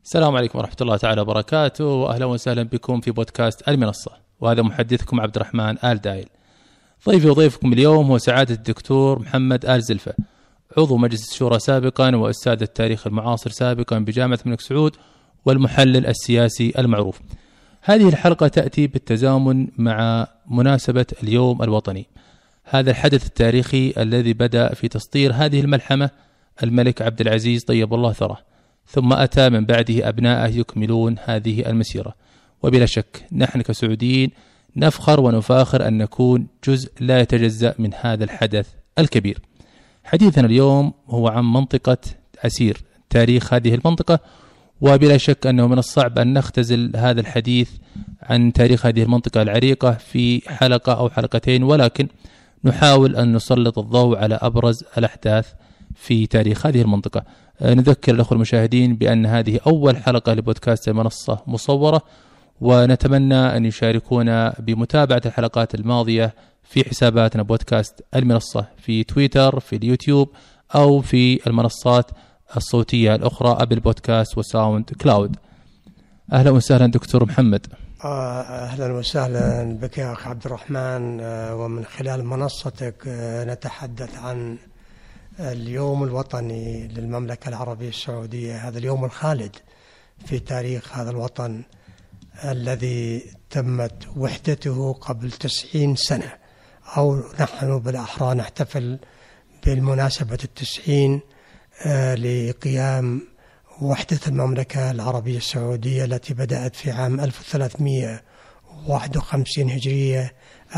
السلام عليكم ورحمة الله تعالى وبركاته، وأهلا وسهلا بكم في بودكاست المنصة، وهذا محدثكم عبد الرحمن آل دايل. ضيفي وضيفكم اليوم هو سعادة الدكتور محمد آل زلفة، عضو مجلس الشورى سابقا وأستاذ التاريخ المعاصر سابقا بجامعة الملك سعود والمحلل السياسي المعروف. هذه الحلقة تأتي بالتزامن مع مناسبة اليوم الوطني، هذا الحدث التاريخي الذي بدأ في تسطير هذه الملحمة الملك عبد العزيز طيب الله ثراه، ثم أتى من بعده أبنائه يكملون هذه المسيرة. وبلا شك نحن كسعوديين نفخر ونفاخر أن نكون جزء لا يتجزأ من هذا الحدث الكبير. حديثنا اليوم هو عن منطقة عسير، تاريخ هذه المنطقة، وبلا شك أنه من الصعب أن نختزل هذا الحديث عن تاريخ هذه المنطقة العريقة في حلقة أو حلقتين، ولكن نحاول أن نسلط الضوء على أبرز الأحداث في تاريخ هذه المنطقة. نذكر الأخوة المشاهدين بأن هذه أول حلقة لبودكاست المنصة مصورة، ونتمنى أن يشاركونا بمتابعة الحلقات الماضية في حساباتنا بودكاست المنصة في تويتر، في اليوتيوب، أو في المنصات الصوتية الأخرى أبل بودكاست وساوند كلاود. أهلا وسهلا دكتور محمد. أهلا وسهلا بك يا أخي عبد الرحمن، ومن خلال منصتك نتحدث عن اليوم الوطني للمملكة العربية السعودية، هذا اليوم الخالد في تاريخ هذا الوطن الذي تمت وحدته قبل 90 سنة، أو نحن بالأحرى نحتفل بالمناسبة 90 لقيام وحدة المملكة العربية السعودية التي بدأت في عام 1351 هجرية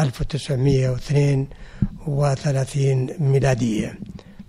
1932 ميلادية.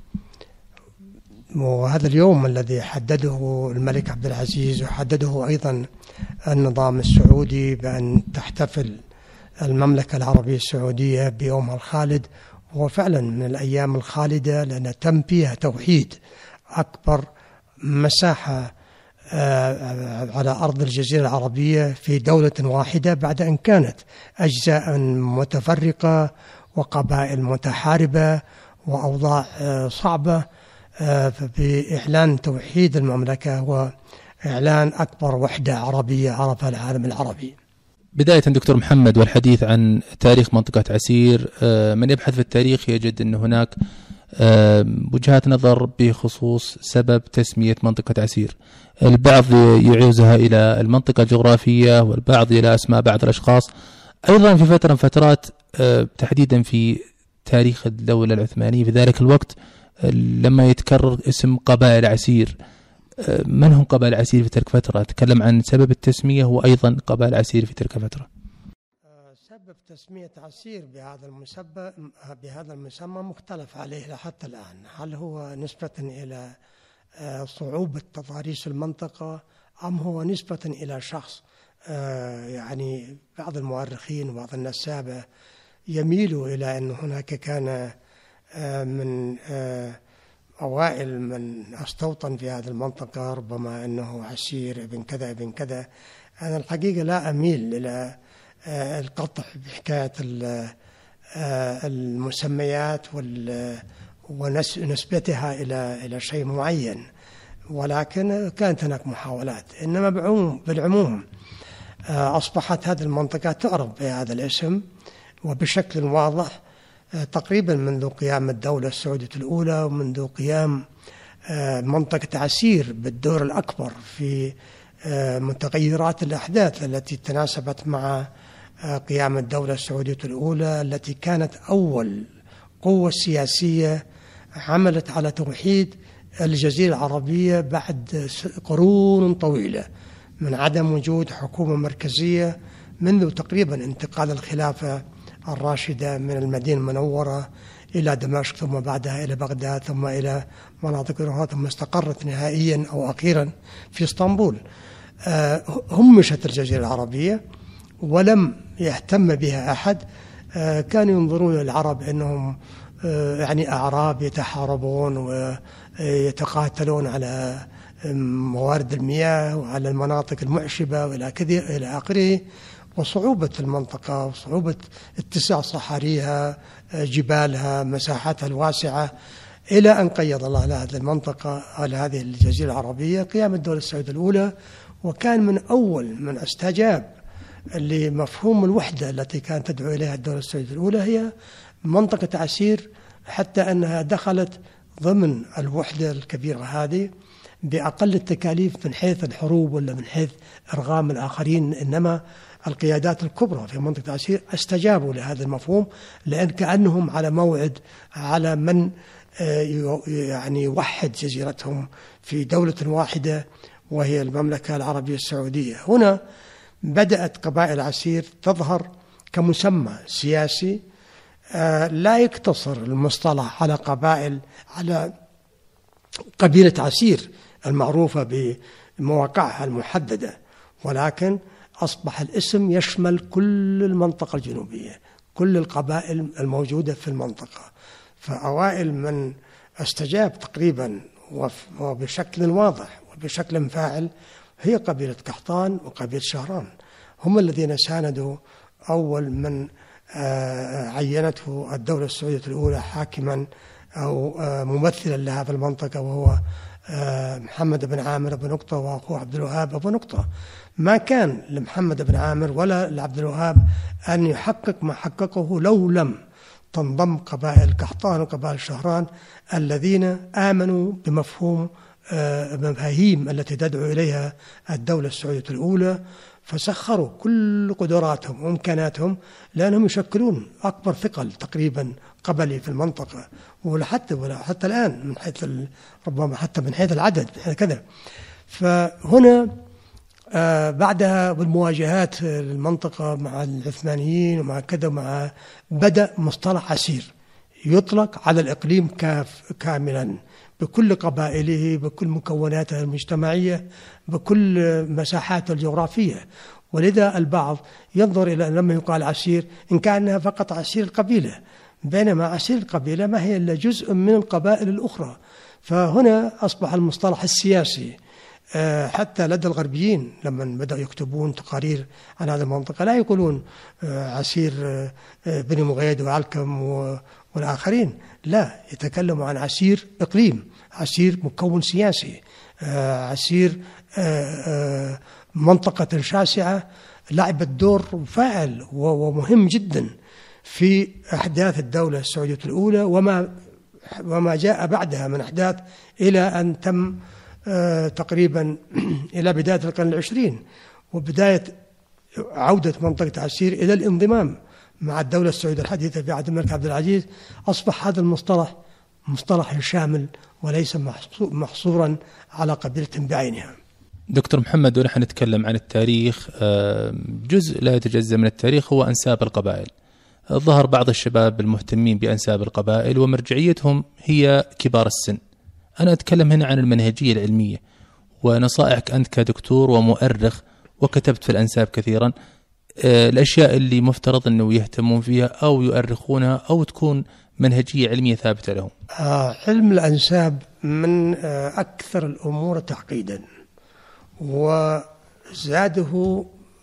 وهذا اليوم الذي حدده الملك عبد العزيز وحدده أيضا النظام السعودي بأن تحتفل المملكة العربية السعودية بيومها الخالد، هو فعلا من الأيام الخالدة لأن تم فيها توحيد أكبر مساحة على أرض الجزيرة العربية في دولة واحدة، بعد أن كانت أجزاء متفرقة وقبائل متحاربة وأوضاع صعبة. بإعلان توحيد المملكة وإعلان أكبر وحدة عربية عرفها العالم العربي. بداية دكتور محمد، والحديث عن تاريخ منطقة عسير، من يبحث في التاريخ يجد أن هناك وجهات نظر بخصوص سبب تسمية منطقة عسير. البعض يعوزها إلى المنطقة الجغرافية، والبعض إلى أسماء بعض الأشخاص. أيضا في فترة من فترات تحديدا في تاريخ الدولة العثمانية في ذلك الوقت لما يتكرر اسم قبائل عسير. من هم قبائل عسير في تلك فترة؟ تكلم عن سبب التسمية وأيضا قبائل عسير في تلك فترة. سبب تسمية عسير بهذا المسمى مختلف عليه حتى الآن. هل هو نسبة إلى صعوبة تضاريس المنطقة، أم هو نسبة إلى شخص؟ يعني بعض المؤرخين وبعض النسابة يميلوا إلى أن هناك كان من أوائل من استوطن في هذه المنطقة ربما أنه عسير ابن كذا ابن كذا. أنا الحقيقة لا أميل إلى القطع بحكاية المسميات ونسبتها إلى شيء معين، ولكن كانت هناك محاولات. إنما بالعموم أصبحت هذه المنطقة تعرف بهذا الاسم وبشكل واضح تقريبا منذ قيام الدولة السعودية الأولى، ومنذ قيام منطقة عسير بالدور الأكبر في متغيرات الأحداث التي تناسبت مع قيام الدولة السعودية الأولى، التي كانت أول قوة سياسية عملت على توحيد الجزيرة العربية بعد قرون طويلة من عدم وجود حكومة مركزية، منذ تقريبا انتقال الخلافة الراشدة من المدينة المنورة إلى دمشق، ثم بعدها إلى بغداد، ثم إلى مناطق أخرى، ثم استقرت نهائيا أو أخيرا في اسطنبول. همشت الجزيرة العربية ولم يهتم بها أحد. كانوا ينظرون للعرب أنهم يعني أعراب يتحاربون ويتقاتلون على موارد المياه وعلى المناطق المعشبة إلى آخره. وصعوبة المنطقة وصعوبة اتساع صحاريها، جبالها، مساحاتها الواسعة، إلى أن قيض الله لهذه المنطقة على هذه الجزيرة العربية قيام الدولة السعودية الأولى. وكان من أول من استجاب لمفهوم الوحدة التي كانت تدعو إليها الدولة السعودية الأولى هي منطقة عسير، حتى أنها دخلت ضمن الوحدة الكبيرة هذه بأقل التكاليف من حيث الحروب ولا من حيث إرغام الآخرين. إنما القيادات الكبرى في منطقة عسير استجابوا لهذا المفهوم، لأن كأنهم على موعد على من يعني يوحد جزيرتهم في دولة واحدة وهي المملكة العربية السعودية. هنا بدأت قبائل عسير تظهر كمسمى سياسي لا يقتصر المصطلح على على قبيلة عسير المعروفة بمواقعها المحددة، ولكن أصبح الاسم يشمل كل المنطقة الجنوبية، كل القبائل الموجودة في المنطقة. فأوائل من استجاب تقريبا وبشكل واضح وبشكل فاعل هي قبيلة قحطان وقبيلة شهران، هم الذين ساندوا أول من عينته الدولة السعودية الأولى حاكما أو ممثلا لها في المنطقة، وهو محمد بن عامر بن نقطة وأخوه عبد الوهاب أبو نقطة. ما كان لمحمد بن عامر ولا لعبد الوهاب أن يحقق ما حققه لو لم تنضم قبائل قحطان وقبائل شهران الذين آمنوا بمفهوم المفاهيم التي تدعو إليها الدولة السعودية الأولى، فسخروا كل قدراتهم وإمكاناتهم، لأنهم يشكلون أكبر ثقل تقريبا قبلي في المنطقة، وحتى الآن من حيث ربما حتى من حيث العدد كذا. فهنا بعدها بالمواجهات المنطقة مع العثمانيين ومع كذا بدأ مصطلح عسير يطلق على الإقليم كاملا بكل قبائله، بكل مكوناته المجتمعية، بكل مساحاته الجغرافية. ولذا البعض ينظر إلى لما يقال عسير إن كانها فقط عسير القبيلة، بينما عسير القبيلة ما هي إلا جزء من القبائل الأخرى. فهنا أصبح المصطلح السياسي حتى لدى الغربيين لما بدأوا يكتبون تقارير عن هذه المنطقة لا يقولون عسير بني مغيد وعلكم والآخرين، لا، يتكلموا عن عسير إقليم، عسير مكون سياسي، عسير منطقة شاسعة لعبت دور فاعل ومهم جدا في أحداث الدولة السعودية الأولى وما جاء بعدها من أحداث إلى أن تم تقريبا إلى بداية القرن العشرين وبداية عودة منطقة عسير إلى الانضمام مع الدولة السعودية الحديثة في عهد الملك عبد العزيز. أصبح هذا المصطلح مصطلح شامل وليس محصورا على قبيلة بعينها. دكتور محمد، ونحن نتكلم عن التاريخ، جزء لا يتجزأ من التاريخ هو أنساب القبائل. ظهر بعض الشباب المهتمين بأنساب القبائل ومرجعيتهم هي كبار السن. أنا أتكلم هنا عن المنهجية العلمية ونصائحك أنت كدكتور ومؤرخ وكتبت في الأنساب كثيرا، الأشياء اللي مفترض أنه يهتمون فيها أو يؤرخونها أو تكون منهجية علمية ثابتة لهم. علم الأنساب من أكثر الأمور تعقيدا، وزاده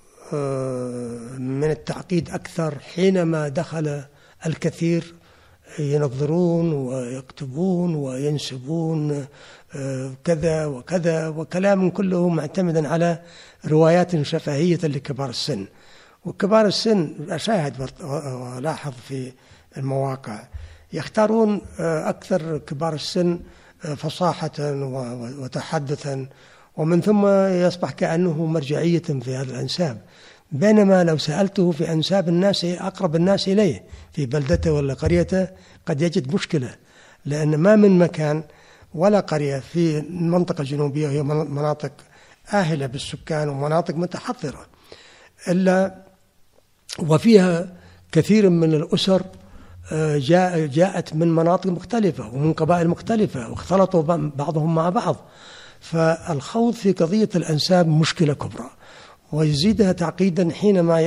من التعقيد أكثر حينما دخل الكثير ينظرون ويكتبون وينسبون كذا وكذا وكلام كله معتمدا على روايات شفهية لكبار السن. وكبار السن أشاهد ولاحظ في المواقع يختارون أكثر كبار السن فصاحة وتحدثا، ومن ثم يصبح كأنه مرجعية في هذا الأنساب، بينما لو سألته في أنساب الناس أقرب الناس إليه في بلدته ولا قريته قد يجد مشكلة، لأن ما من مكان ولا قرية في المنطقة الجنوبية وهي مناطق آهلة بالسكان ومناطق متحضرة إلا وفيها كثير من الأسر جاءت من مناطق مختلفة ومن قبائل مختلفة واختلطوا بعضهم مع بعض. فالخوض في قضية الأنساب مشكلة كبرى ويزيدها تعقيدا حينما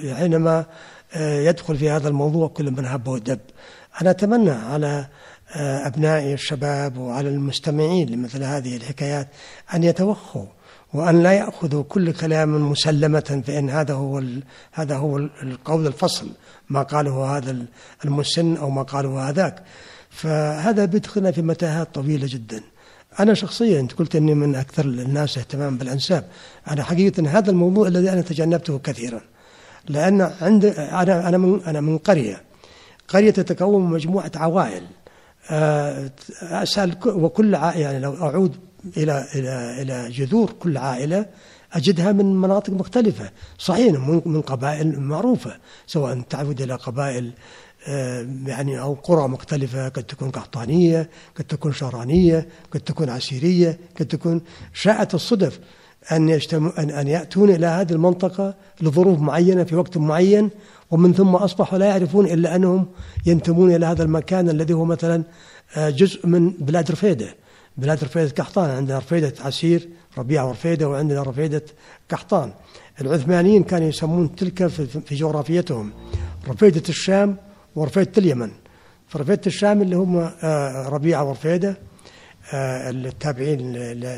يدخل في هذا الموضوع كل من هب ودب. أنا أتمنى على أبنائي الشباب وعلى المستمعين لمثل هذه الحكايات أن يتوخوا وأن لا يأخذوا كل كلام مسلمة فإن هذا هو القول الفصل، ما قاله هذا المسن أو ما قاله هذاك. فهذا بيدخلنا في متاهات طويلة جدا. أنا شخصيا أنت قلت أني من أكثر الناس اهتمام بالأنساب، أنا حقيقة هذا الموضوع الذي أنا تجنبته كثيرا، لأن أنا من قرية تتكون من مجموعة عوائل. أسأل وكل يعني لو أعود إلى جذور كل عائلة أجدها من مناطق مختلفة، صحيح من قبائل معروفة، سواء تعود إلى قبائل يعني أو قرى مختلفة، قد تكون قحطانية، قد تكون شرانية، قد تكون عسيرية، قد تكون شاءت الصدف أن يأتون إلى هذه المنطقة لظروف معينة في وقت معين، ومن ثم أصبحوا لا يعرفون إلا أنهم ينتمون إلى هذا المكان الذي هو مثلا جزء من بلاد رفيدة. بلاد رفيدة قحطان، عندنا رفيدة عسير ربيعة ورفيدة، وعندنا رفيدة قحطان. العثمانيين كانوا يسمون تلك في جغرافيتهم رفيدة الشام ورفيدة اليمن. فرفيدة الشام اللي هم ربيعة ورفيدة التابعين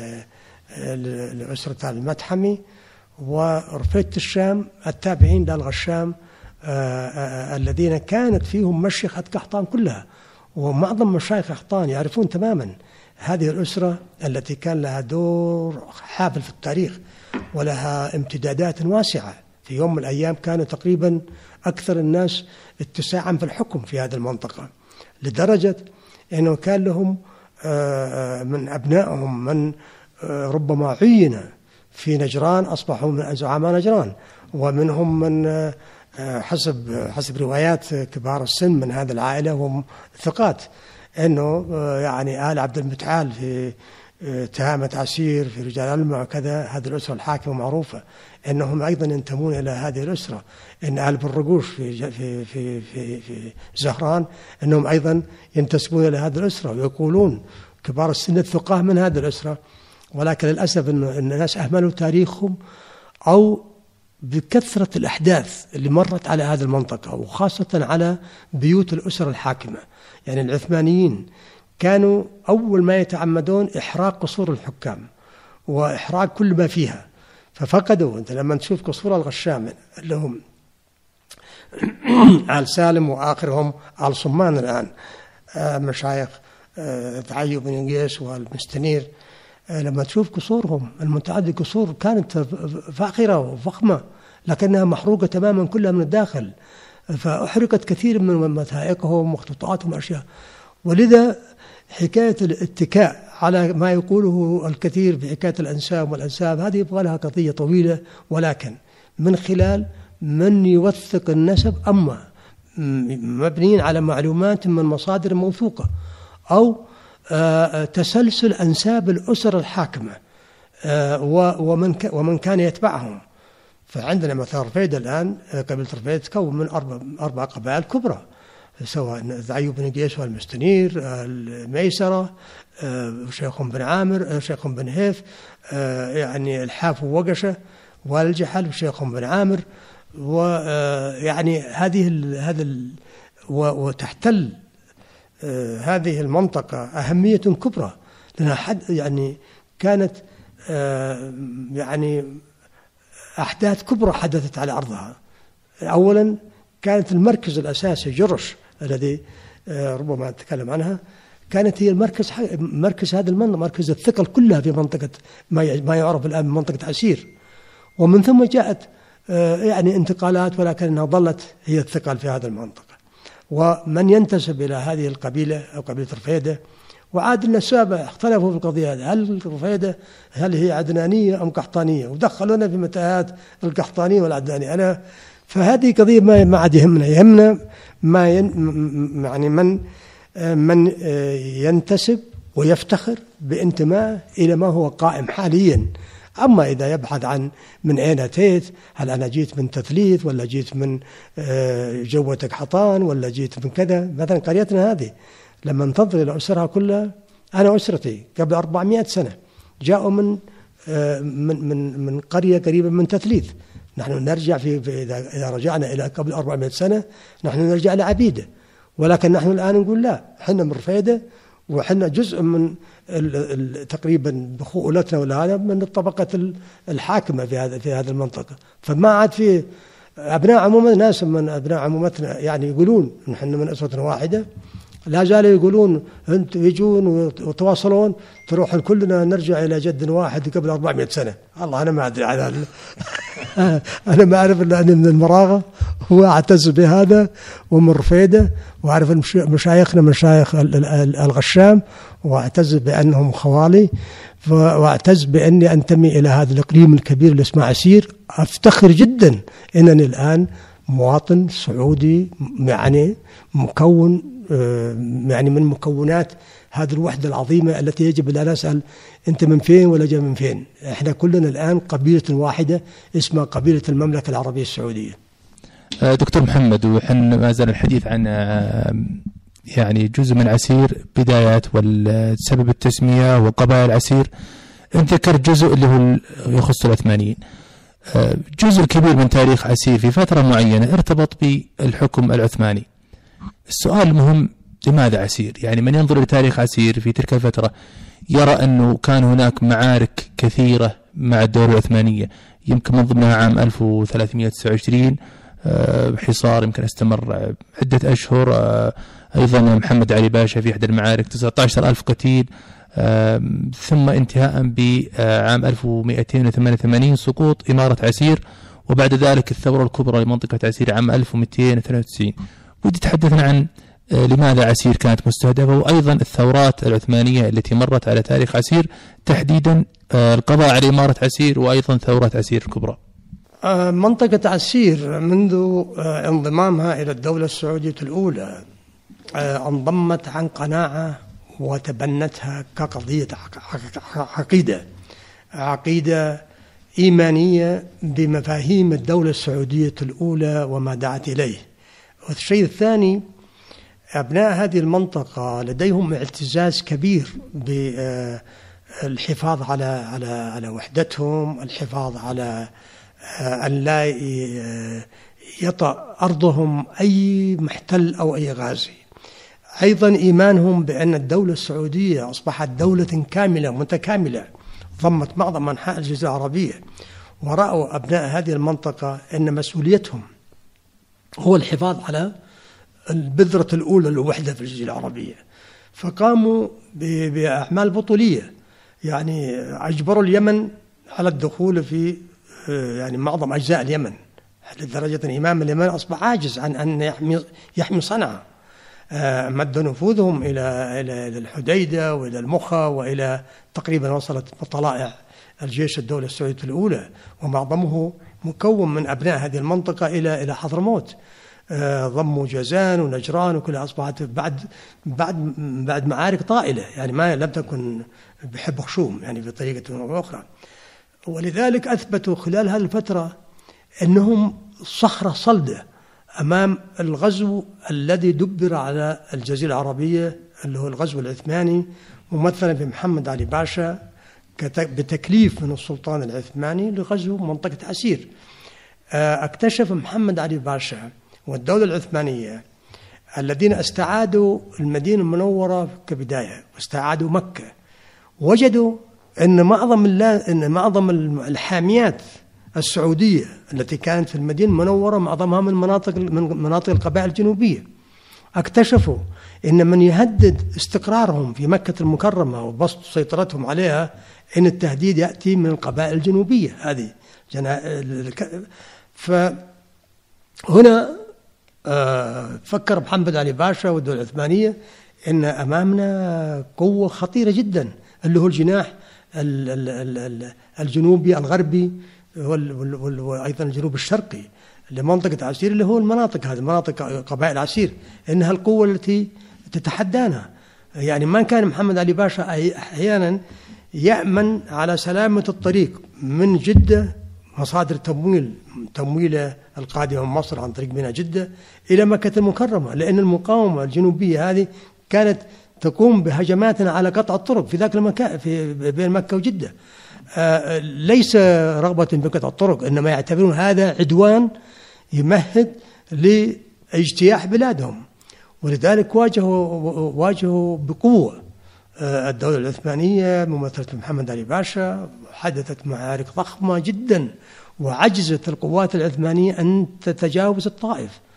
لأسرة المتحمي، ورفيدة الشام التابعين للغشام الذين كانت فيهم مشيخة قحطان كلها، ومعظم مشايخ قحطان يعرفون تماما هذه الأسرة التي كان لها دور حافل في التاريخ ولها امتدادات واسعة. في يوم من الأيام كانوا تقريبا أكثر الناس اتساعا في الحكم في هذه المنطقة، لدرجة أنه كان لهم من أبنائهم من ربما عين في نجران أصبحوا من زعماء نجران، ومنهم من حسب روايات كبار السن من هذه العائلة هم ثقات، أنه يعني آل عبد المتعال في تهامة عسير في رجال المع كذا، هذه الأسرة الحاكمة معروفة أنهم أيضا ينتمون إلى هذه الأسرة. إن آل بالرقوش في زهران أنهم أيضا ينتسبون إلى هذه الأسرة، ويقولون كبار السن الثقة من هذه الأسرة. ولكن للأسف أن الناس أهملوا تاريخهم أو بكثرة الأحداث اللي مرت على هذه المنطقة، وخاصة على بيوت الأسرة الحاكمة. يعني العثمانيين كانوا أول ما يتعمدون إحراق قصور الحكام وإحراق كل ما فيها، ففقدوا. أنت لما تشوف قصور الغشام اللي هم آل سالم وآخرهم آل صمان الآن، مشايخ تعي بن قيس والمستنير، لما تشوف قصورهم المتعدد قصور كانت فاخرة وفخمة، لكنها محروقة تماما كلها من الداخل، فأحرقت كثير من متاعقهم ومخطوطاتهم وأشياء. ولذا حكاية الاتكاء على ما يقوله الكثير في حكاية الأنساب والأنساب هذه يبغى لها قضية طويلة، ولكن من خلال من يوثق النسب، أما مبنيين على معلومات من مصادر موثوقة، أو تسلسل أنساب الأسر الحاكمة ومن كان يتبعهم. فعندنا مثلا رفيدة الآن، قبيلة رفيدة تكون من أربع قبائل كبرى، سواء ذعيو بن قيس والمستنير، الميسرة، شيخ بن عامر، شيخ بن هيف، يعني الحاف ووقشة والجحل وشيخ بن عامر، ويعني وتحتل هذه المنطقة أهمية كبرى، لأنها يعني كانت يعني أحداث كبرى حدثت على أرضها. أولا كانت المركز الأساسي جرش الذي ربما نتكلم عنها، كانت هي مركز هذا المنطقة، مركز الثقل كلها في منطقة ما يعرف الآن بمنطقة عسير. ومن ثم جاءت يعني انتقالات، ولكنها ظلت هي الثقل في هذه المنطقة. ومن ينتسب إلى هذه القبيلة أو قبيلة رفيدة، وعاد النسابة اختلفوا في القضية هذه، هل رفيدة هل هي عدنانية أم قحطانية، ودخلونا في متاهات القحطانية والعدنانية. فهذه قضية ما عاد يهمنا ما يعني من ينتسب ويفتخر بانتماء إلى ما هو قائم حاليا. أما إذا يبحث عن من أين أتيت، هل أنا جيت من تثليث ولا جيت من جوة قحطان ولا جيت من كذا. مثلا قريتنا هذه لما ننتظر إلى أسرها كلها، أنا أسرتي قبل 400 سنة جاءوا من قرية قريبة من تثليث. نحن نرجع إذا رجعنا إلى قبل 400 سنة نحن نرجع لعبيدة، ولكن نحن الآن نقول لا، حنا من رفيدة، وحنا جزء من تقريبا بخؤولتنا ولا هذا من الطبقة الحاكمة في هذه المنطقة. فما عاد في أبناء عمومة، ناس من أبناء عمومتنا يعني يقولون نحن من أسرة واحدة، لا زالوا يقولون أنتم يجون وتواصلون تروحون كلنا نرجع إلى جد واحد قبل 400 سنة. الله أنا ما أدري على أنا ما أعرف إلا أني من المراغة وأعتز بهذا ومن رفيدة، وأعرف مشايخنا مشايخ الغشام وأعتز بأنهم خوالي، وأعتز بأني أنتمي إلى هذا الإقليم الكبير اللي اسمه عسير. أفتخر جدا أنني الآن مواطن سعودي، يعني مكون يعني من مكونات هذه الوحدة العظيمة التي يجب أن نسأل أنت من فين ولا جاي من فين. إحنا كلنا الآن قبيلة واحدة اسمها قبيلة المملكة العربية السعودية. دكتور محمد، وحن ما زال الحديث عن يعني جزء من عسير بدايات والسبب التسمية وقبائل عسير. أنت ذكرت جزء اللي هو يخص العثمانيين. جزء كبير من تاريخ عسير في فترة معينة ارتبط بالحكم العثماني. السؤال المهم، لماذا عسير؟ يعني من ينظر لتاريخ عسير في تلك الفترة يرى أنه كان هناك معارك كثيرة مع الدولة العثمانية، يمكن من ضمنها عام 1329 حصار يمكن استمر عدة أشهر. أيضا محمد علي باشا في إحدى المعارك 19,000 قتيل. ثم انتهاء بعام 1288 سقوط إمارة عسير، وبعد ذلك الثورة الكبرى لمنطقة عسير عام 1293. ودي تحدثنا عن لماذا عسير كانت مستهدفة، وأيضا الثورات العثمانية التي مرت على تاريخ عسير، تحديدا القضاء على إمارة عسير وأيضا ثورة عسير الكبرى. منطقة عسير منذ انضمامها إلى الدولة السعودية الأولى انضمت عن قناعة وتبنتها كقضية عقيدة إيمانية بمفاهيم الدولة السعودية الأولى وما دعت إليه. والشيء الثاني، أبناء هذه المنطقة لديهم اعتزاز كبير بالحفاظ على وحدتهم، الحفاظ على أن لا يطأ أرضهم أي محتل أو أي غازي. أيضا إيمانهم بأن الدولة السعودية أصبحت دولة كاملة متكاملة ضمت معظم أنحاء الجزيرة العربية، ورأوا أبناء هذه المنطقة أن مسؤوليتهم هو الحفاظ على البذرة الأولى للوحدة في الجزيرة العربية، فقاموا بأعمال بطولية. يعني أجبروا اليمن على الدخول في يعني معظم أجزاء اليمن، لدرجة أن إمام اليمن أصبح عاجز عن أن يحمي صنعاء. مد نفوذهم إلى الحديدة وإلى المخا وإلى تقريبا وصلت طلائع الجيش الدولة السعودية الأولى، ومعظمه مكون من أبناء هذه المنطقة إلى حضرموت. ضموا جازان ونجران وكلها أصبحت بعد معارك طائلة، يعني ما لم تكن بحب خشوم يعني بطريقة أخرى. ولذلك أثبتوا خلال هذه الفترة أنهم صخرة صلدة أمام الغزو الذي دبر على الجزيرة العربية، اللي هو الغزو العثماني ممثلا بمحمد علي باشا بتكليف من السلطان العثماني لغزو منطقة عسير. اكتشف محمد علي باشا والدولة العثمانية الذين استعادوا المدينة المنورة كبداية واستعادوا مكة، وجدوا أن معظم الحاميات السعودية التي كانت في المدينة المنورة معظمها من مناطق القبائل الجنوبية. اكتشفوا أن من يهدد استقرارهم في مكة المكرمة وبسط سيطرتهم عليها أن التهديد يأتي من القبائل الجنوبية هذه. فهنا فكر محمد علي باشا والدولة العثمانية أن أمامنا قوة خطيرة جدا، اللي هو الجناح الجنوبي الغربي وأيضا الجنوب الشرقي لمنطقة عسير، اللي هو المناطق هذه مناطق قبائل عسير، إنها القوة التي تتحدانا. يعني ما كان محمد علي باشا أحيانا يأمن على سلامة الطريق من جدة، مصادر تمويل القادمة من مصر عن طريق ميناء جدة إلى مكة المكرمة، لأن المقاومة الجنوبية هذه كانت تقوم بهجمات على قطع الطرق في ذاك المكان بين مكة وجدة. ليس رغبة بقطع الطرق، إنما يعتبرون هذا عدوان يمهد لاجتياح بلادهم. ولذلك واجهوا بقوة الدولة العثمانية ممثلة محمد علي باشا. حدثت معارك ضخمة جدا، وعجزت القوات العثمانية أن تتجاوز الطائف،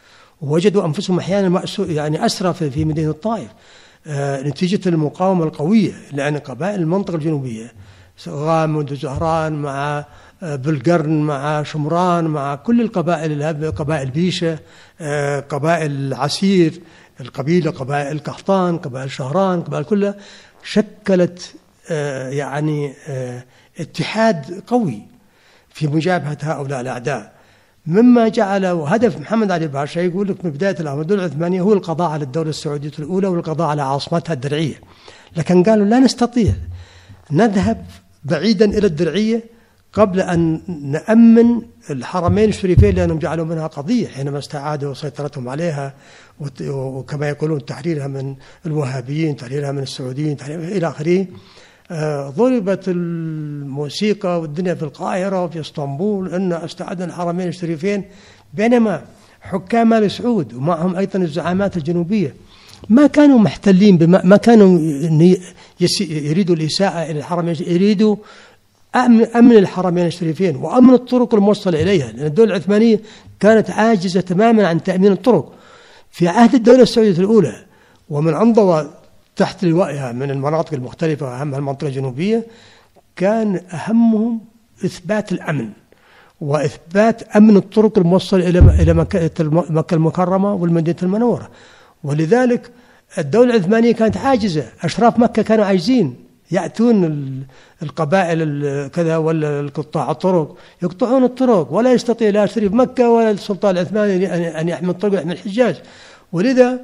ووجدوا أنفسهم أحيانا يعني أسرى في مدينة الطائف نتيجة المقاومة القوية، لأن قبائل المنطقة الجنوبية غامد وزهران مع بالقرن مع شمران مع كل القبائل، قبائل بيشة، قبائل عسير، القبيلة، قبائل قحطان، قبائل شهران، قبائل كلها شكلت يعني اتحاد قوي في مجابهة هؤلاء الأعداء، مما جعل هدف محمد علي باشا يقول لك من بداية الأمر الدولة العثمانية هو القضاء على الدولة السعودية الأولى والقضاء على عاصمتها الدرعية، لكن قالوا لا نستطيع نذهب بعيدا إلى الدرعية قبل أن نأمن الحرمين الشريفين، لأنهم جعلوا منها قضية حينما استعادوا سيطرتهم عليها، وكما يقولون تحريرها من الوهابيين، تحريرها من السعوديين، تحريرها إلى آخره. ضربت الموسيقى والدنيا في القاهرة وفي اسطنبول أن استعادنا الحرمين الشريفين، بينما حكام آل سعود ومعهم أيضا الزعامات الجنوبية ما كانوا محتلين، ما كانوا يريدوا الإساءة إلى الحرمين، يريدوا أمن الحرمين الشريفين وأمن الطرق الموصلة إليها، لأن الدولة العثمانية كانت عاجزة تماما عن تأمين الطرق. في عهد الدولة السعودية الأولى ومن أنضوى تحت لوائها من المناطق المختلفة وأهمها المنطقة الجنوبية، كان أهمهم إثبات الأمن وإثبات أمن الطرق الموصلة إلى مكة المكرمة والمدينة المنورة. ولذلك الدولة العثمانية كانت عاجزة، أشراف مكة كانوا عاجزين، يأتون القبائل كذا ولا القطاع الطرق يقطعون الطرق، ولا يستطيع لا شريف مكة ولا السلطان العثماني أن يحمي الطرق ويحمي الحجاج. ولذا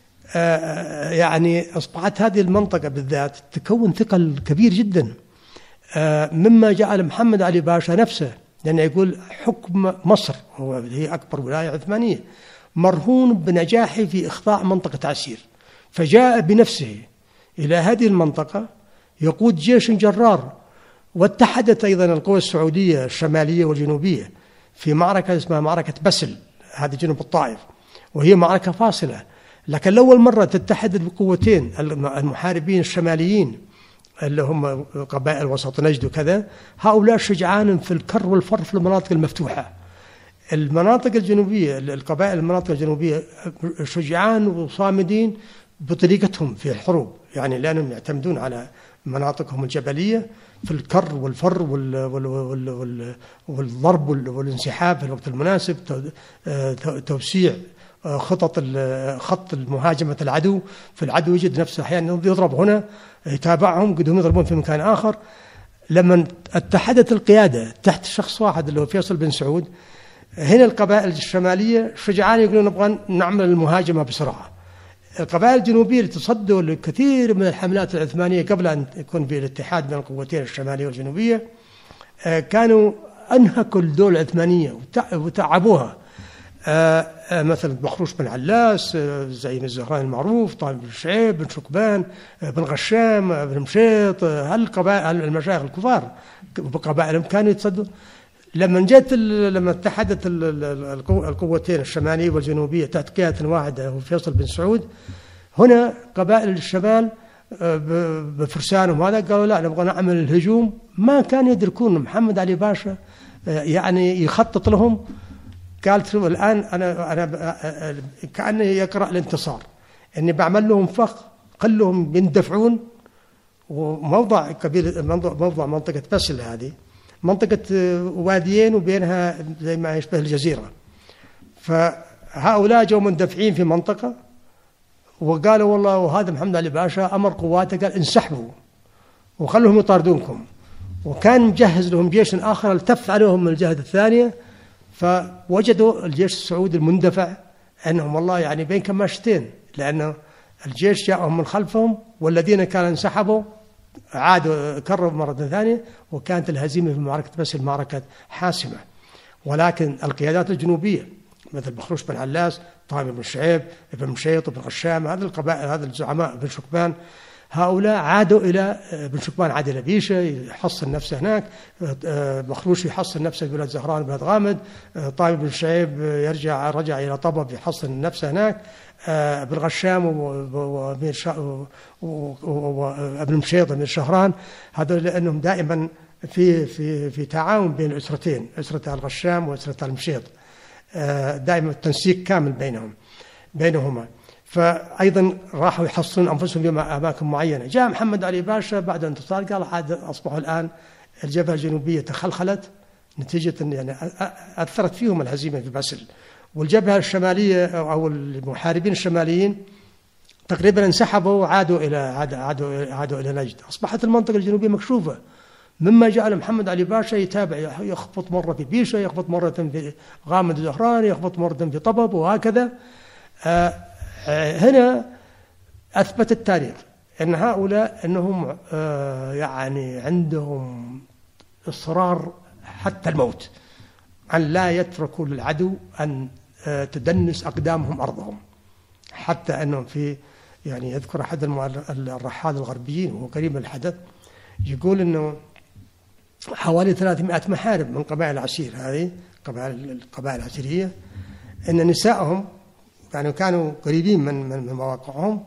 يعني أصبحت هذه المنطقة بالذات تكون ثقل كبير جدا، مما جعل محمد علي باشا نفسه، لأنه يقول حكم مصر هي أكبر ولاية عثمانية مرهون بنجاحه في إخضاع منطقة عسير، فجاء بنفسه إلى هذه المنطقة يقود جيش جرار. واتحدت أيضا القوى السعودية الشمالية والجنوبية في معركة اسمها معركة بسل، هذه جنوب الطائف، وهي معركة فاصلة، لكن لأول مرة تتحد القوتين المحاربين الشماليين اللي هم قبائل وسط نجد وكذا، هؤلاء شجعان في الكر والفر في المناطق المفتوحة. المناطق الجنوبية، القبائل المناطق الجنوبية شجعان وصامدين بطريقتهم في الحروب، يعني لأنهم يعتمدون على مناطقهم الجبلية في الكر والفر والضرب والانسحاب في الوقت المناسب، توسيع خط المهاجمة العدو، فالعدو يجد نفسه أحيانا يضرب هنا يتابعهم قدهم يضربون في مكان آخر. لما اتحدت القيادة تحت شخص واحد اللي هو فيصل بن سعود، هنا القبائل الشمالية شجعان يقولون نبغى نعمل المهاجمة بسرعة. القبائل الجنوبية اللي تصدوا لكثير من الحملات العثمانية قبل أن يكون في الاتحاد بين القوتين الشمالية والجنوبية، كانوا أنهكوا الدولة العثمانية وتعبوها، مثل بخروش بن علاس، زين الزهران المعروف، طالب بن شعيب، بن شكبان، بن غشام، بن مشيط، هالقبائل المشايخ الكفار بقبائلهم كانوا يتصدوا. لما اتحدت القوتين الشمالية والجنوبية تحت قيادة واحدة هو فيصل بن سعود، هنا قبائل الشمال بفرسانهم هذا قالوا لا نبغى نعمل الهجوم. ما كانوا يدركون محمد علي باشا يعني يخطط لهم. قالت الآن أنا كأنه يقرأ الانتصار، إني بعمل لهم فخ خلهم يندفعون. وموضع موضع منطقة بسل هذه منطقة واديين وبينها زي ما يشبه الجزيرة، فهؤلاء جو مندفعين في منطقة، وقالوا والله وهذا محمد علي باشا أمر قواته قال انسحبوا وخلهم يطاردونكم، وكان مجهز لهم جيش آخر التف عليهم من الجهة الثانية. فوجدوا الجيش السعودي المندفع أنهم والله يعني بين كماشتين، لأن الجيش جاءهم من خلفهم والذين كانوا انسحبوا عادوا كرروا مرة ثانية، وكانت الهزيمة في معركة بسل معركة حاسمة. ولكن القيادات الجنوبية مثل بخروش بن علاس، طالب بن شعيب، ابن مشيط، ابن غشام، هذه القبائل، هذا الزعماء، بن شكبان، هؤلاء عادوا إلى بن شكبان عاد إلى بيشة يحصن نفسه هناك، بخروش يحصن نفسه بلاد زهران بلاد غامد، طالب بن شعيب رجع إلى طبب يحصن نفسه هناك، ابن غشام وابن مشيط من شهران، هذول لأنهم دائما في تعاون بين الأسرتين، أسرة الغشام وأسرة المشيط، دائما التنسيق كامل بينهم. بينهما. فأيضا راحوا يحصنون أنفسهم في أماكن معينة. جاء محمد علي باشا بعد الانتصار قال عاد أصبحوا الآن الجبهة الجنوبية تخلخلت نتيجة يعني أثرت فيهم الهزيمة في باسل، والجبهة الشمالية أو المحاربين الشماليين تقريبا انسحبوا وعادوا إلى نجد. أصبحت المنطقة الجنوبية مكشوفة، مما جعل محمد علي باشا يتابع، يخبط مرة في بيشة، يخبط مرة في غامد الزهران، يخبط مرة في طبب، وهكذا. هنا أثبت التاريخ أن هؤلاء أنهم يعني عندهم إصرار حتى الموت أن لا يتركوا للعدو أن تدنس أقدامهم أرضهم، حتى أنهم في يعني يذكر أحد الرحال الغربيين وهو قريب من الحدث يقول أنه حوالي 300 محارب من قبائل العسير، هذه القبائل العسيرية، أن نسائهم يعني كانوا قريبين من مواقعهم.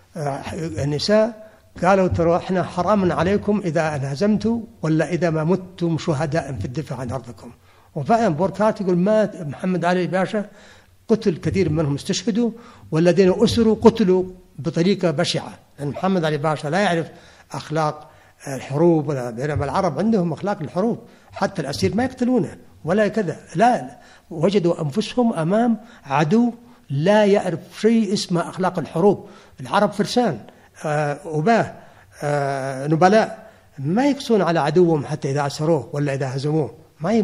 النساء قالوا ترى احنا حرام عليكم إذا انهزمتوا ولا إذا ما متم شهداء في الدفاع عن أرضكم. وفعلا بوركات يقول مات محمد علي باشا، قتل كثير منهم استشهدوا، والذين أسروا قتلوا بطريقة بشعة، لأن محمد علي باشا لا يعرف أخلاق الحروب، ولا بينما العرب عندهم أخلاق الحروب، حتى الأسير ما يقتلونه ولا كذا، لا، وجدوا أنفسهم أمام عدو لا يعرف شيء اسمه أخلاق الحروب. العرب فرسان أباه نبلاء، ما يقصون على عدوهم حتى إذا أسروه ولا إذا هزموه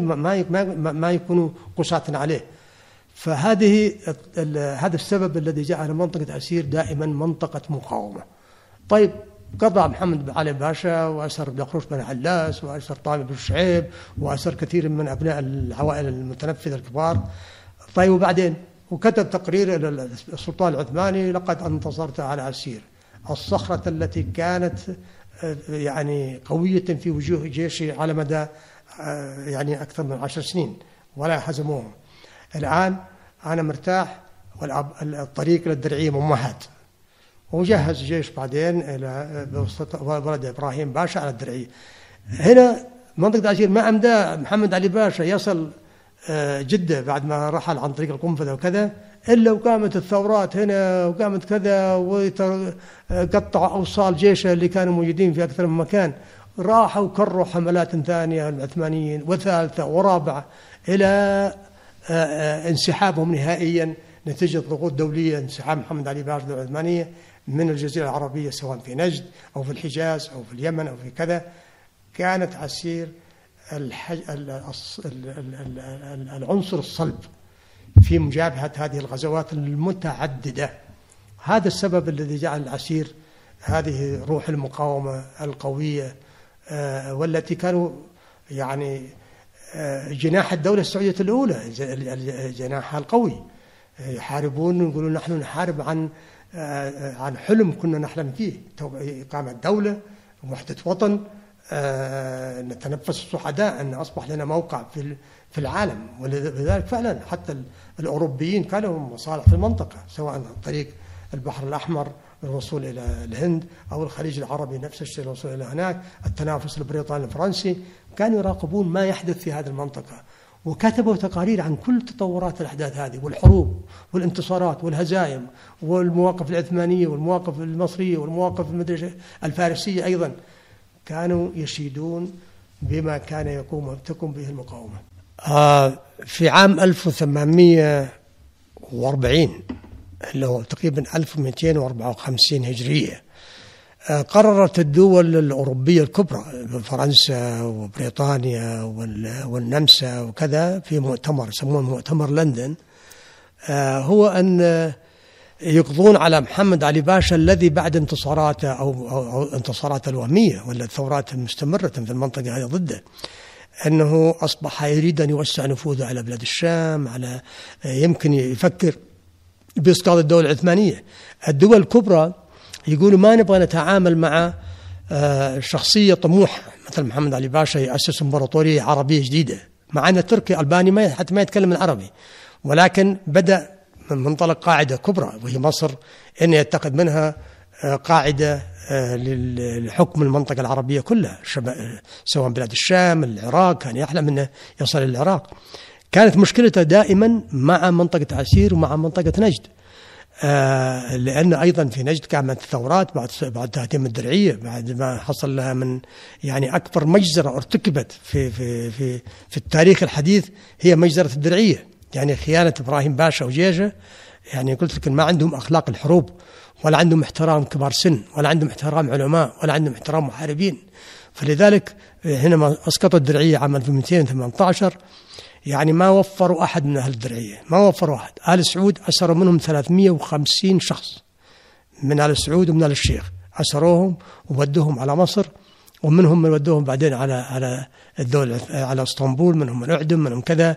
ما يكونوا قساة عليه. فهذا السبب الذي جعل منطقة عسير دائما منطقة مقاومة. طيب قضى محمد علي باشا وأسر دقروش بن علاس وأسر طامي بن شعيب وأسر كثير من أبناء العوائل المتنفذة الكبار. طيب وبعدين وكتب تقرير إلى السلطان العثماني لقد انتصرت على عسير، الصخرة التي كانت يعني قوية في وجوه جيشي على مدى يعني أكثر من 10 سنين ولا هزموهم. الآن أنا مرتاح والطريق للدرعية ممهد. وجهز جيش بعدين إلى ولد إبراهيم باشا على الدرعية. هنا منطقة عسير ما أمدى محمد علي باشا يصل جدة بعد ما رحل عن طريق القنفذة وكذا، إلا وقامت الثورات هنا وقامت كذا وقطعوا أوصال جيشه اللي كانوا موجودين في أكثر من مكان، راحوا وكروا حملات ثانية العثمانيين وثالثة ورابعة إلى انسحابهم نهائيا نتيجة ضغوط دولية، انسحاب محمد علي باشا العثمانية من الجزيرة العربية سواء في نجد أو في الحجاز أو في اليمن أو في كذا. كانت عسير العنصر الصلب في مجابهة هذه الغزوات المتعددة. هذا السبب الذي جعل العسير هذه روح المقاومة القوية، والتي كانوا يعني جناح الدولة السعودية الأولى، جناحها القوي، يحاربون، يقولون نحن نحارب عن حلم كنا نحلم فيه، إقامة دولة ووحدة وطن، نتنفس الصعداء، أن أصبح لنا موقع في العالم. ولذلك فعلا حتى الأوروبيين كان لهم مصالح في المنطقة، سواء عن طريق البحر الأحمر للوصول إلى الهند أو الخليج العربي نفس الشيء للوصول إلى هناك، التنافس البريطاني الفرنسي، كانوا يراقبون ما يحدث في هذه المنطقة، وكتبوا تقارير عن كل تطورات الأحداث هذه والحروب والانتصارات والهزائم والمواقف العثمانية والمواقف المصرية والمواقف الفارسية أيضا. كانوا يشيدون بما كان تقوم به المقاومة. في عام 1840 اللي هو تقريبا 1254 هجرية، قررت الدول الأوروبية الكبرى فرنسا وبريطانيا والنمسا وكذا في مؤتمر يسمونه مؤتمر لندن، هو أن يقضون على محمد علي باشا الذي بعد انتصاراته أو انتصاراته الوهمية ولا الثورات المستمرة في المنطقة هذه ضده، أنه أصبح يريد أن يوسع نفوذه على بلاد الشام، على يمكن يفكر بإسقاط الدولة العثمانية. الدول الكبرى يقولوا ما نبغى نتعامل مع شخصية طموحة مثل محمد علي باشا يأسس إمبراطورية عربية جديدة، مع أن تركيا ألباني حتى ما يتكلم العربي، ولكن بدأ من منطلق قاعدة كبرى وهي مصر أن يتخذ منها قاعدة لحكم المنطقة العربية كلها، سواء بلاد الشام، العراق، كان يحلم أنه يصل للعراق. كانت مشكلته دائما مع منطقة عسير ومع منطقة نجد. لأن أيضا في نجد كانت ثورات بعد تهديم الدرعية، بعد ما حصل لها من يعني أكبر مجزرة ارتكبت في التاريخ الحديث هي مجزرة الدرعية. يعني خيانة إبراهيم باشا وجيشه، يعني قلت لك ما عندهم أخلاق الحروب، ولا عندهم احترام كبار سن، ولا عندهم احترام علماء، ولا عندهم احترام محاربين. فلذلك هنا ما أسقطوا الدرعية عام 1218، يعني ما وفروا أحد من أهل الدرعية، ما وفروا أحد. آل سعود أسروا منهم 350 شخص من آل سعود ومن آل الشيخ، أسروهم وودوهم على مصر، ومنهم من ودوهم بعدين على الدولة، على اسطنبول، منهم من أعدم، منهم كذا.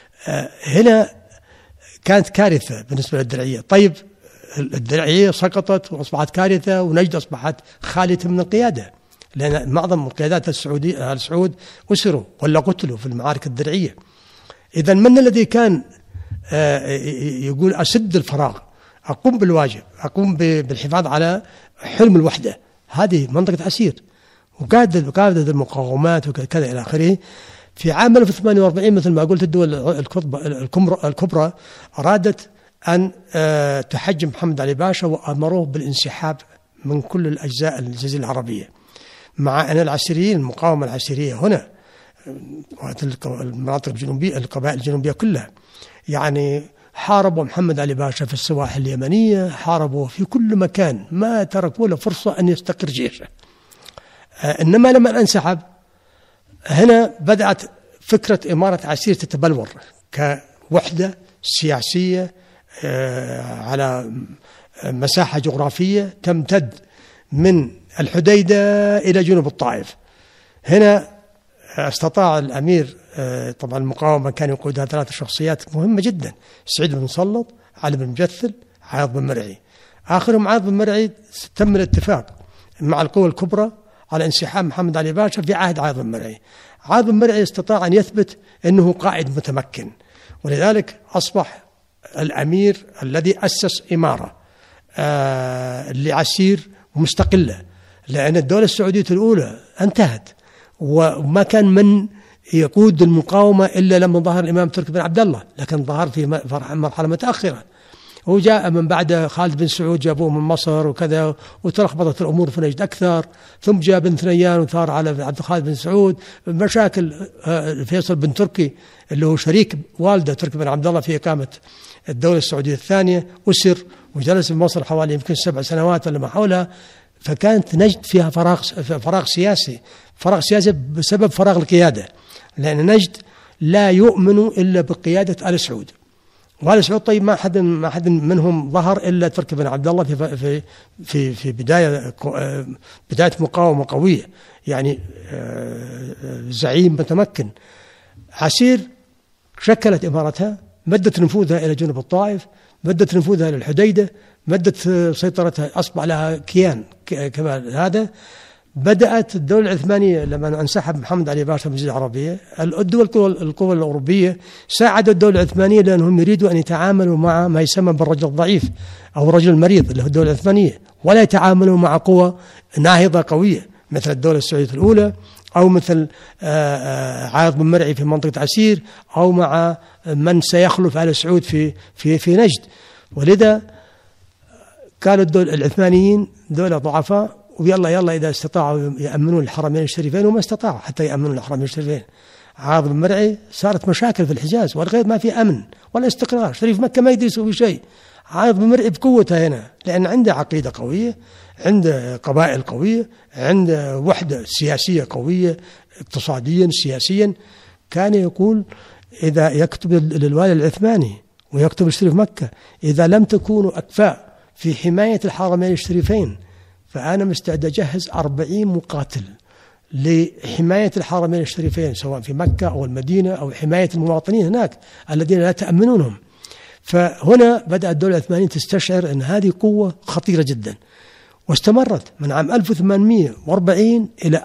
هنا كانت كارثة بالنسبة للدرعية. طيب الدرعية سقطت وأصبحت كارثة، ونجد أصبحت خالية من القيادة، لأن معظم القيادات السعودية آل سعود أسروا ولا قتلوا في المعارك الدرعية. إذا من الذي كان يقول أسد الفراغ، أقوم بالواجب، أقوم بالحفاظ على حلم الوحدة؟ هذه منطقة عسير، وقادة المقاومات وكذا إلى آخره. في عام 1048 مثل ما قلت الدول الكبرى أرادت أن تحجم محمد علي باشا، وأمروه بالانسحاب من كل الأجزاء الجزيرة العربية، مع أن العسيريين، المقاومة العسيرية هنا المناطق الجنوبية، القبائل الجنوبية كلها، يعني حاربوا محمد علي باشا في السواحل اليمنية، حاربوا في كل مكان، ما تركوا له فرصة أن يستقر جيشه. إنما لما انسحب هنا بدأت فكرة إمارة عسير تتبلور كوحدة سياسية على مساحة جغرافية تمتد من الحديدة إلى جنوب الطائف. هنا استطاع الأمير، طبعا المقاومة كان يقودها 3 شخصيات مهمة جدا: سعيد بن مسلط، علي بن مجثل، عايض بن مرعي. آخرهم عايض بن مرعي تم الاتفاق مع القوى الكبرى على انسحاب محمد علي باشا في عهد عايض بن مرعي. عايض بن مرعي استطاع أن يثبت أنه قائد متمكن، ولذلك أصبح الأمير الذي أسس إمارة لعسير مستقلة، لأن الدولة السعودية الأولى انتهت، وما كان من يقود المقاومة إلا لما ظهر الإمام تركي بن عبد الله، لكن ظهر في مرحلة متأخرة. وجاء من بعد خالد بن سعود، جابوه من مصر وكذا، وتلخبطت الأمور في نجد أكثر. ثم جاء بن ثنيان وثار على عبد الخالد بن سعود، مشاكل. فيصل بن تركي اللي هو شريك والده تركي بن عبد الله في إقامة الدولة السعودية الثانية، أسر وجلس في مصر حوالي يمكن 7 سنوات ولا ما حولها. فكانت نجد فيها فراغ سياسي بسبب فراغ القيادة، لأن نجد لا يؤمن إلا بقيادة آل سعود. وآل سعود طيب ما حد منهم ظهر إلا تركي بن عبد الله في بداية مقاومة قوية، يعني زعيم متمكن. عسير شكلت إمارتها، مدت نفوذها إلى جنوب الطائف، مدت نفوذها إلى الحديدة، مدت سيطرتها، أصبح لها كيان كما هذا. بدأت الدولة العثمانية لما انسحب محمد علي باشا من الجزيرة العربية، القوى الأوروبية ساعدوا الدولة العثمانية لأنهم يريدوا أن يتعاملوا مع ما يسمى بالرجل الضعيف أو الرجل المريض اللي هو الدولة العثمانية، ولا يتعاملوا مع قوى ناهضة قوية مثل الدولة السعودية الأولى، أو مثل عايض بن مرعي في منطقة عسير، أو مع من سيخلف آل سعود في نجد. ولذا كانوا العثمانيين دولة ضعفاء، ويلا إذا استطاعوا يأمنون الحرمين الشريفين، وما استطاعوا حتى يأمنون الحرمين الشريفين. عايض بن مرعي صارت مشاكل في الحجاز والغير، ما في أمن ولا استقرار، شريف مكة ما يقدر يسوي شيء. عايض بن مرعي بقوته هنا، لأن عنده عقيدة قوية، عنده قبائل قوية، عنده وحدة سياسية قوية اقتصاديا سياسيا. كان يقول إذا يكتب للوالي العثماني ويكتب لشريف مكة: إذا لم تكونوا أكفاء في حماية الحرمين الشريفين فأنا مستعد أجهز 40 مقاتل لحماية الحرمين الشريفين، سواء في مكة أو المدينة، أو حماية المواطنين هناك الذين لا تأمنونهم. فهنا بدأت الدولة العثمانية تستشعر أن هذه قوة خطيرة جدا، واستمرت من عام 1840 إلى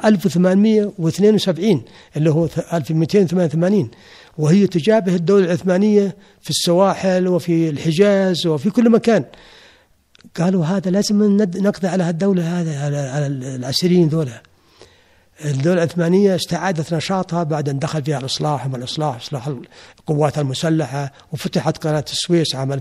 1872 اللي هو 1288، وهي تجابه الدولة العثمانية في السواحل وفي الحجاز وفي كل مكان. قالوا هذا لازم نقضي على هالدولة، هذا على العسيريين ذولا. الدولة العثمانية استعادت نشاطها بعد أن دخل فيها الإصلاح إصلاح القوات المسلحة، وفتحت قناة السويس عام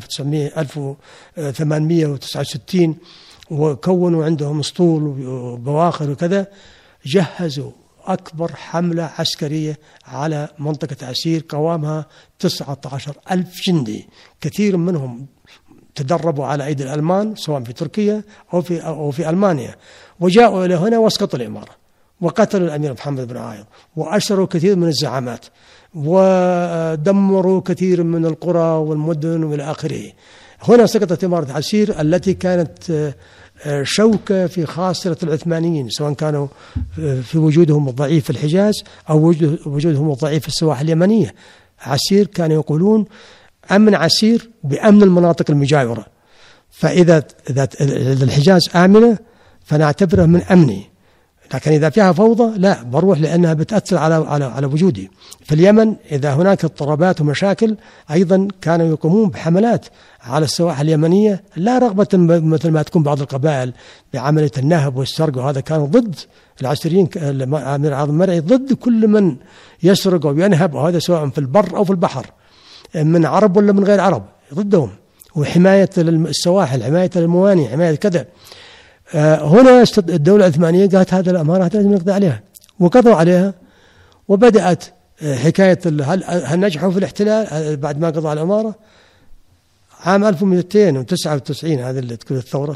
1869، وكونوا عندهم اسطول وبواخر وكذا. جهزوا أكبر حملة عسكرية على منطقة عسير قوامها 19,000 جندي، كثير منهم تدربوا على أيدي الألمان سواء في تركيا أو في ألمانيا، وجاءوا إلى هنا واسقطوا الإمارة وقتلوا الأمير محمد بن عايض وأسروا كثير من الزعامات ودمروا كثير من القرى والمدن وإلى آخره. هنا سقطت إمارة عسير التي كانت شوكة في خاصرة العثمانيين، سواء كانوا في وجودهم الضعيف في الحجاز أو وجودهم الضعيف في السواحل اليمنية. عسير كانوا يقولون أمن عسير بأمن المناطق المجاورة، فإذا الحجاز آمنة فنعتبره من أمني، لكن إذا فيها فوضى لا بروح، لأنها بتأثر على وجودي. في اليمن إذا هناك اضطرابات ومشاكل أيضا كانوا يقومون بحملات على السواحل اليمنية، لا رغبة مثل ما تكون بعض القبائل بعملية النهب والسرقة، وهذا كانوا ضد العسكريين. الأمير عاض المرعي ضد كل من يسرق أو ينهب، وهذا سواء في البر أو في البحر، من عرب ولا من غير عرب، ضدهم. وحماية السواحل، حماية الموانئ، حماية كذا. هنا الدولة العثمانية قالت هذا الأمارة لازم نقضي عليها، وقضوا عليها. وبدأت حكاية هل نجحوا في الاحتلال بعد ما قضوا على الأمارة. عام 1299 هذا اللي تكون الثورة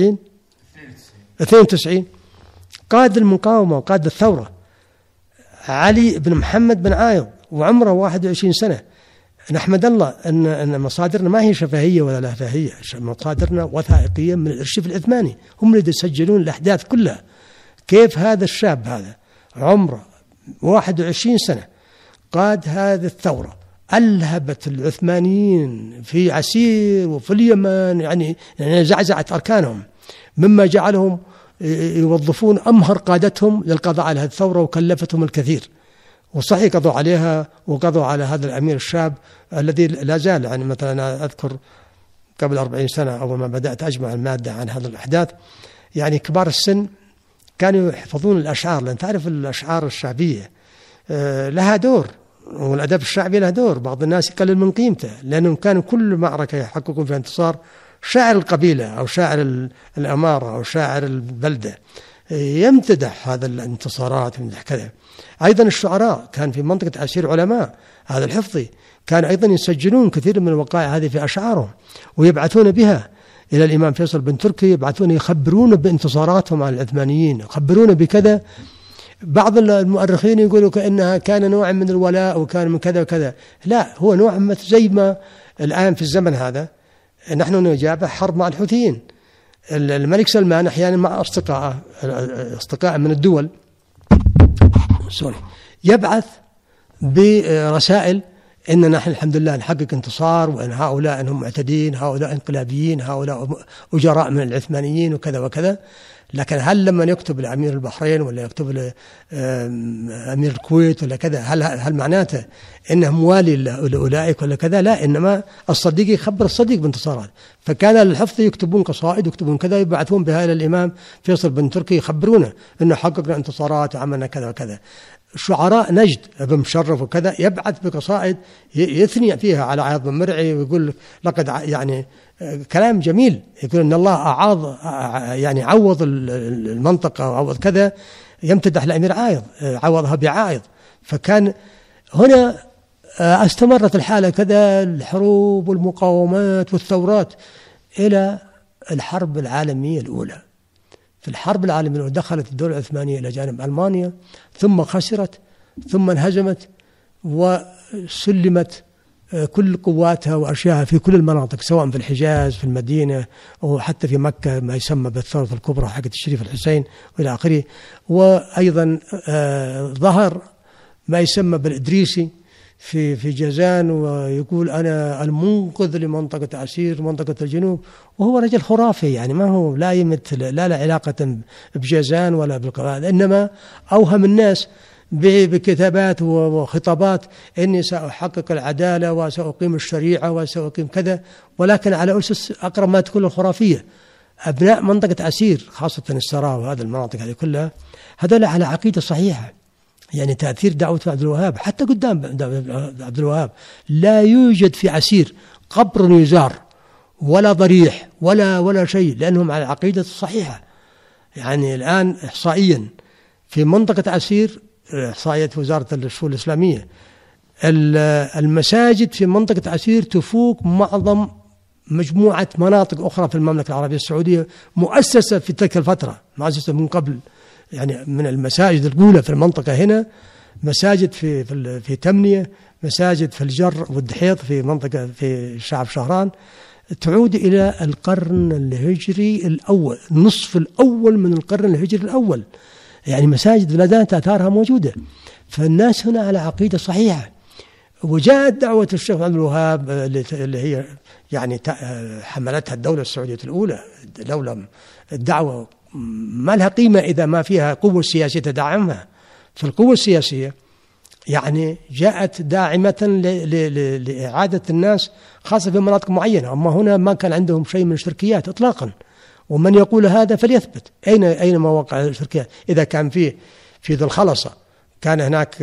92 قائد المقاومة وقائد الثورة علي بن محمد بن عايض وعمره 21 سنة. نحمد الله أن مصادرنا ما هي شفهية ولا لا فهية، مصادرنا وثائقية من الأرشيف العثماني، هم اللي يسجلون الأحداث كلها. كيف هذا الشاب هذا عمره 21 سنة قاد هذه الثورة ألهبت العثمانيين في عسير وفي اليمن، يعني زعزعت أركانهم، مما جعلهم يوظفون أمهر قادتهم للقضاء على هذه الثورة، وكلفتهم الكثير. وصحيح قضوا عليها، وقضوا على هذا الأمير الشاب الذي لا زال، يعني مثلا أنا أذكر قبل 40 سنة أول ما بدأت أجمع المادة عن هذه الأحداث، يعني كبار السن كانوا يحفظون الأشعار، لأن تعرف الأشعار الشعبية لها دور، والأدب الشعبي له دور. بعض الناس يقلل من قيمته، لأنهم كانوا كل معركة يحققون فيها انتصار شاعر القبيلة أو شاعر الأمارة أو شاعر البلدة يمتدح هذا الانتصارات ويمدح كذا. أيضا الشعراء كان في منطقة عسير علماء، هذا الحفظي كان أيضا يسجلون كثير من الوقائع هذه في أشعارهم ويبعثون بها إلى الإمام فيصل بن تركي، يبعثون يخبرون بانتصاراتهم على العثمانيين، يخبرون بكذا. بعض المؤرخين يقولوا كأنها كان نوع من الولاء وكان من كذا وكذا، لا، هو نوع زي ما الآن في الزمن هذا نحن نجابه حرب مع الحوثيين. الملك سلمان أحيانا مع أصدقاء من الدول يبعث برسائل إن نحن الحمد لله نحقق انتصار، وأن هؤلاء أنهم معتدين، هؤلاء انقلابيين، هؤلاء أجراء من العثمانيين وكذا وكذا. لكن هل لما يكتب لأمير البحرين ولا يكتب لأمير الكويت ولا كذا هل معناته إنه موالي لأولئك ولا كذا؟ لا، إنما الصديق يخبر الصديق بانتصارات. فكان للحفظ يكتبون قصائد ويكتبون كذا، يبعثون بها إلى الإمام فيصل بن تركي يخبرونه إنه حققنا انتصارات وعملنا كذا وكذا. شعراء نجد ابن مشرف وكذا يبعث بقصائد يثني فيها على عايض بن مرعي، ويقول لقد يعني كلام جميل، يقول ان الله اعاض يعني عوض المنطقه وعوض كذا، يمتدح الامير عايض، عوضها بعايض. فكان هنا استمرت الحاله كذا، الحروب والمقاومات والثورات الى الحرب العالميه الاولى. في الحرب العالمية الأولى دخلت الدولة العثمانية إلى جانب ألمانيا، ثم خسرت، ثم انهزمت، وسلمت كل قواتها وأشياءها في كل المناطق، سواء في الحجاز، في المدينة، أو حتى في مكة ما يسمى بالثورة الكبرى حقت الشريف الحسين وإلى آخره. وأيضا ظهر ما يسمى بالإدريسي في جازان، ويقول أنا المنقذ لمنطقة عسير، منطقة الجنوب، وهو رجل خرافي، يعني ما هو لا يمثل لا علاقة بجازان ولا بالقبائل، إنما أوهم الناس بكتابات وخطابات إني سأحقق العدالة وسأقيم الشريعة وسأقيم كذا، ولكن على أسس أقرب ما تكون الخرافية. أبناء منطقة عسير خاصة السراء وهذه المناطق هذه كلها هذول على عقيدة صحيحة. يعني تأثير دعوة عبد الوهاب حتى قدام عبد الوهاب لا يوجد في عسير قبر يزار ولا ضريح ولا شيء، لأنهم على العقيدة الصحيحة. يعني الآن إحصائيا في منطقة عسير، إحصائية وزارة الشؤون الإسلامية، المساجد في منطقة عسير تفوق معظم مجموعة مناطق أخرى في المملكة العربية السعودية مؤسسة في تلك الفترة، مؤسسة من قبل. يعني من المساجد الأولى في المنطقة هنا مساجد في تمنية، مساجد في الجر والدحيط في منطقة في شعب شهران، تعود إلى القرن الهجري الأول، النصف الأول من القرن الهجري الأول. يعني مساجد بلادات آثارها موجودة. فالناس هنا على عقيدة صحيحة. وجاءت دعوة الشيخ عبد الوهاب اللي هي يعني حملتها الدولة السعودية الأولى، الدعوة ما لها قيمة إذا ما فيها قوة سياسية تدعمها. فالقوة السياسية يعني جاءت داعمة لإعادة الناس خاصة في مناطق معينة. أما هنا ما كان عندهم شيء من الشركيات إطلاقا. ومن يقول هذا فليثبت أين مواقع الشركيات. إذا كان في ذي الخلصة كان هناك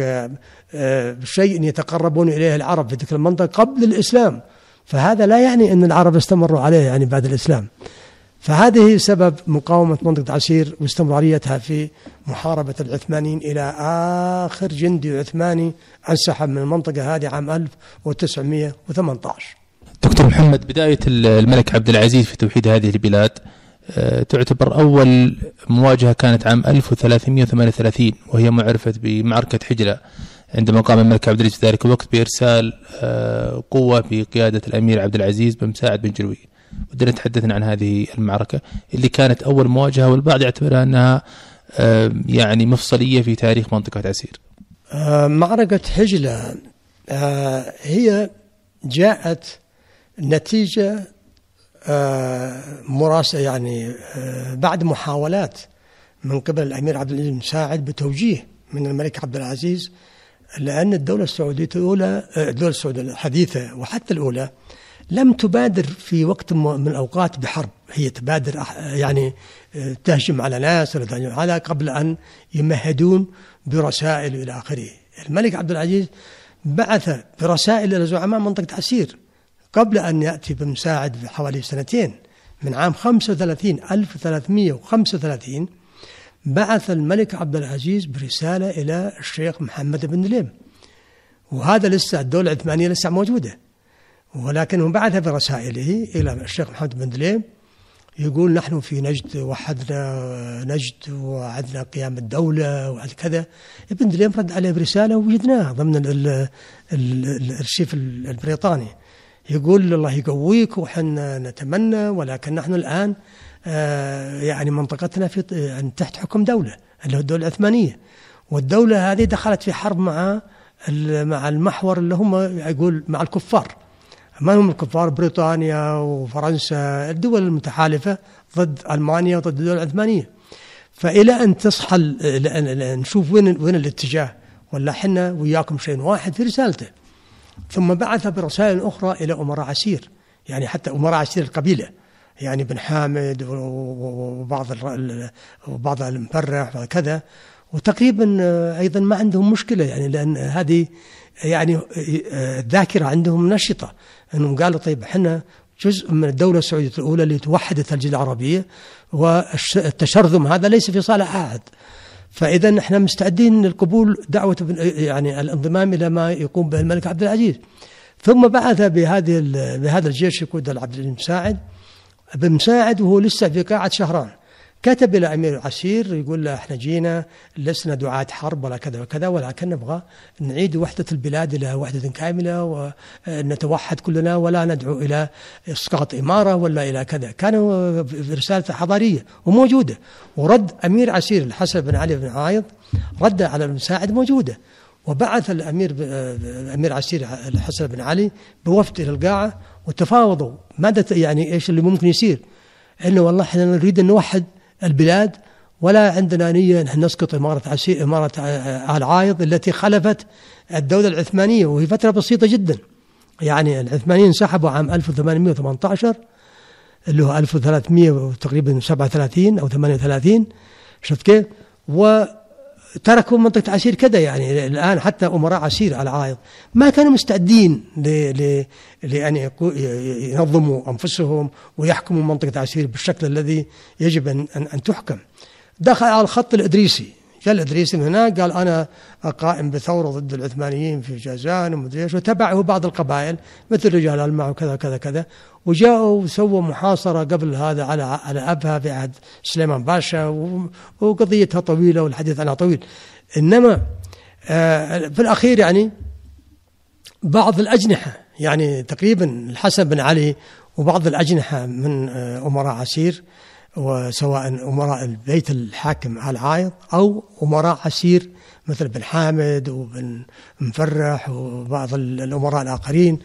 شيء يتقربون إليه العرب في تلك المنطقة قبل الإسلام، فهذا لا يعني أن العرب استمروا عليه يعني بعد الإسلام. فهذه سبب مقاومة منطقة عسير واستمراريتها في محاربة العثمانيين إلى آخر جندي عثماني انسحب من المنطقة هذه عام 1918. دكتور محمد، بداية الملك عبد العزيز في توحيد هذه البلاد تعتبر أول مواجهة كانت عام 1338، وهي معرفة بمعركة حجلة، عندما قام الملك عبد العزيز في ذلك الوقت بإرسال قوة بقيادة الأمير عبد العزيز بن مساعد بن جلوي. ودنا تحدثنا عن هذه المعركة اللي كانت أول مواجهة، والبعض يعتبرها أنها يعني مفصلية في تاريخ منطقة عسير. معركة حجلة هي جاءت نتيجة مراسلة، يعني بعد محاولات من قبل الأمير عبد العزيز بن مساعد بتوجيه من الملك عبد العزيز، لأن الدولة السعودية الأولى، الدولة السعودية الحديثة وحتى الأولى، لم تبادر في وقت من الأوقات بحرب. هي تبادر يعني تهجم على ناس ولا تهجم على قبل أن يمهدون برسائل إلى آخره. الملك عبد العزيز بعث برسائل إلى زعماء منطقة عسير قبل أن يأتي بمساعد بحوالي سنتين، من عام 1335 بعث الملك عبد العزيز برسالة إلى الشيخ محمد بن دليم، وهذا لسه الدولة العثمانية لسه موجودة، ولكنه بعث برسائله إلى الشيخ محمد بن دليم يقول نحن في نجد وحدنا نجد وعدنا قيام الدولة وعد كذا. ابن دليم رد عليه برسالة وجدناها ضمن الارشيف البريطاني، يقول الله يقويك وحنا نتمنى، ولكن نحن الآن يعني منطقتنا في تحت حكم دولة اللي هو الدولة العثمانية، والدولة هذه دخلت في حرب مع المحور اللي هم يقول مع الكفار. ما هم الكفار؟ بريطانيا وفرنسا، الدول المتحالفة ضد ألمانيا وضد الدولة العثمانية. فإلى أن تصحى نشوف وين الاتجاه، ولا حنا وياكم شيء واحد في رسالته. ثم بعث برسائل أخرى إلى أمراء عسير، يعني حتى أمراء عسير القبيلة، يعني بن حامد وبعض المفرح وكذا، وتقريبا أيضا ما عندهم مشكلة، يعني لأن هذه يعني الذاكرة عندهم نشطة، أنهم قالوا طيب احنا جزء من الدولة السعودية الأولى اللي توحدت الجزيرة العربية، والتشرذم هذا ليس في صالح أحد، فإذا نحن مستعدين للقبول دعوة يعني الانضمام إلى ما يقوم به الملك عبد العزيز. ثم بعث بهذا الجيش يقود عبد العزيز بن مساعد وهو لسه في قاعة شهران، كتب إلى أمير عسير يقول له احنا جينا لسنا دعاة حرب ولا كذا وكذا، ولكن نبغى نعيد وحدة البلاد إلى وحدة كاملة ونتوحد كلنا، ولا ندعو إلى إسقاط إمارة ولا إلى كذا. كانوا رسالة حضارية وموجودة، ورد أمير عسير الحسن بن علي بن عايض رد على المساعد موجودة، وبعث الأمير عسير الحسن بن علي بوفد إلى القاعة وتفاوضوا ماذا يعني إيش اللي ممكن يصير. إنه والله إحنا نريد أن نوحد البلاد، ولا عندنا نية أن نسقط إمارة آل عايض التي خلفت الدولة العثمانية، وهي فترة بسيطة جدا. يعني العثمانيين انسحبوا عام 1818 اللي هو 1300 تقريبا 37 أو 38، شفت كيف؟ تركوا منطقة عسير كذا. يعني الآن حتى أمراء عسير على العائض ما كانوا مستعدين لأن ينظموا أنفسهم ويحكموا منطقة عسير بالشكل الذي يجب أن تحكم. دخل على الخط الإدريسي، جاء الإدريسي من هناك قال أنا قائم بثورة ضد العثمانيين في جازان ومدري ايش، وتبعه بعض القبائل مثل رجال المع وكذا كذا كذا، وجاءوا وسووا محاصرة قبل هذا على أبها في عهد سليمان باشا، وقضيتها طويلة والحديث عنها طويل. إنما في الأخير يعني بعض الأجنحة، يعني تقريبا الحسن بن علي وبعض الأجنحة من أمراء عسير، وسواء أمراء البيت الحاكم على العائض أو أمراء عسير مثل بن حامد وبن مفرح وبعض الأمراء الآخرين،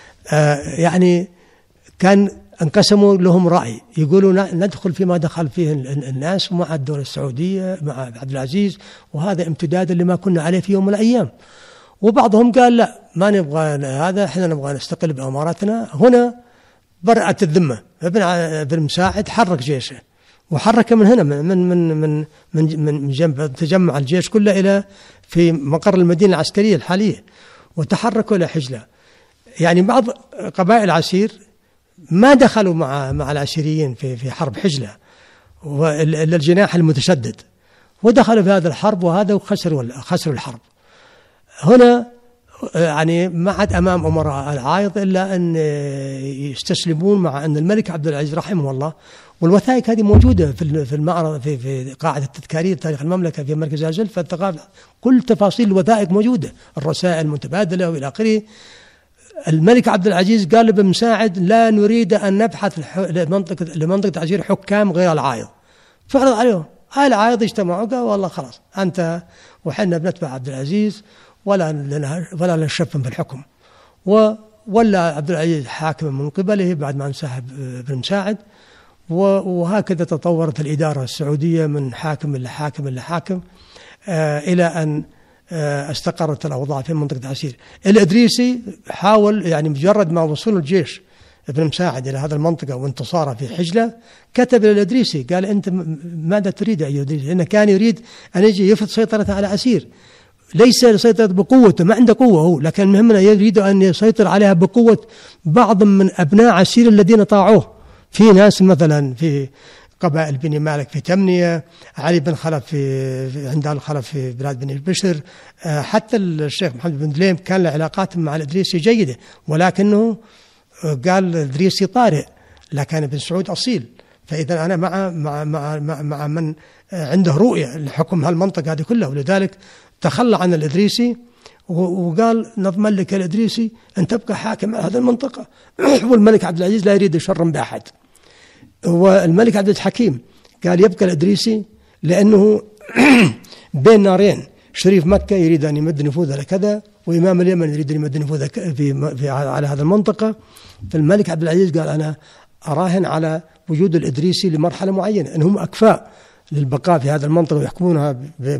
يعني كان انقسموا لهم رأي، يقولوا ندخل فيما دخل فيه الناس مع الدولة السعودية مع عبد العزيز، وهذا امتداد لما كنا عليه في يوم من الأيام. وبعضهم قال لا، ما نبغى هذا، احنا نبغى نستقل بأماراتنا. هنا برأت الذمة. ابن مساعد حرك جيشه، وحرك من هنا من جنب، تجمع الجيش كله إلى في مقر المدينة العسكرية الحالية، وتحركوا إلى حجلة. يعني بعض قبائل عسير ما دخلوا مع العسيريين في حرب حجلة إلا الجناح المتشدد، ودخلوا في هذا الحرب وهذا وخسروا الحرب. هنا يعني ما عاد أمام أمراء العائض إلا أن يستسلمون، مع أن الملك عبد العزيز رحمه الله، والوثائق هذه موجودة في المعرض في قاعدة التذكارية تاريخ المملكة في مركز الزلفة الثقافة، كل تفاصيل الوثائق موجودة، الرسائل المتبادلة وإلى آخره. الملك عبد العزيز قال لابن مساعد لا نريد أن نبحث لمنطقة عسير حكام غير العائض، فعرض عليهم العائض اجتمعوا قال والله خلاص أنت وحنا بنتبع عبد العزيز ولا نشفن في الحكم. ولا عبد العزيز حاكم من قبله بعد ما انسحب ابن مساعد، وهكذا تطورت الإدارة السعودية من حاكم إلى حاكم إلى حاكم، إلى أن استقرت الأوضاع في منطقة عسير. الإدريسي حاول، يعني مجرد ما وصول الجيش ابن مساعد إلى هذه المنطقة وانتصاره في حجلة، كتب للإدريسي قال أنت ماذا تريد أيها الإدريسي؟ لأنه كان يريد أن يجي يفرض سيطرته على عسير، ليس لسيطرة بقوته، ما عنده قوة هو، لكن المهم يريد أن يسيطر عليها بقوة بعض من أبناء عسير الذين طاعوه. في ناس مثلا في قبائل بني مالك في تمنية، علي بن خلف في عند الخلف في بلاد بني بشر، حتى الشيخ محمد بن دليم كان له علاقات مع الإدريسي جيدة، ولكنه قال الإدريسي طارئ لكن ابن سعود أصيل. فإذا أنا مع من عنده رؤية لحكم هالمنطقة هذه كلها، ولذلك تخلى عن الإدريسي وقال نضمن لك الإدريسي أن تبقى حاكم على هذه المنطقة. والملك عبد العزيز لا يريد شرا بأحد. والملك عبد العزيز حكيم قال يبقى الإدريسي لأنه بين نارين، شريف مكة يريد أن يمد نفوذه لكذا، وإمام اليمن يريد أن يمد نفوذه على هذه المنطقة. فالملك عبد العزيز قال أنا أراهن على وجود الإدريسي لمرحلة معينة، أنهم أكفاء للبقاء في هذه المنطقة ويحكمونها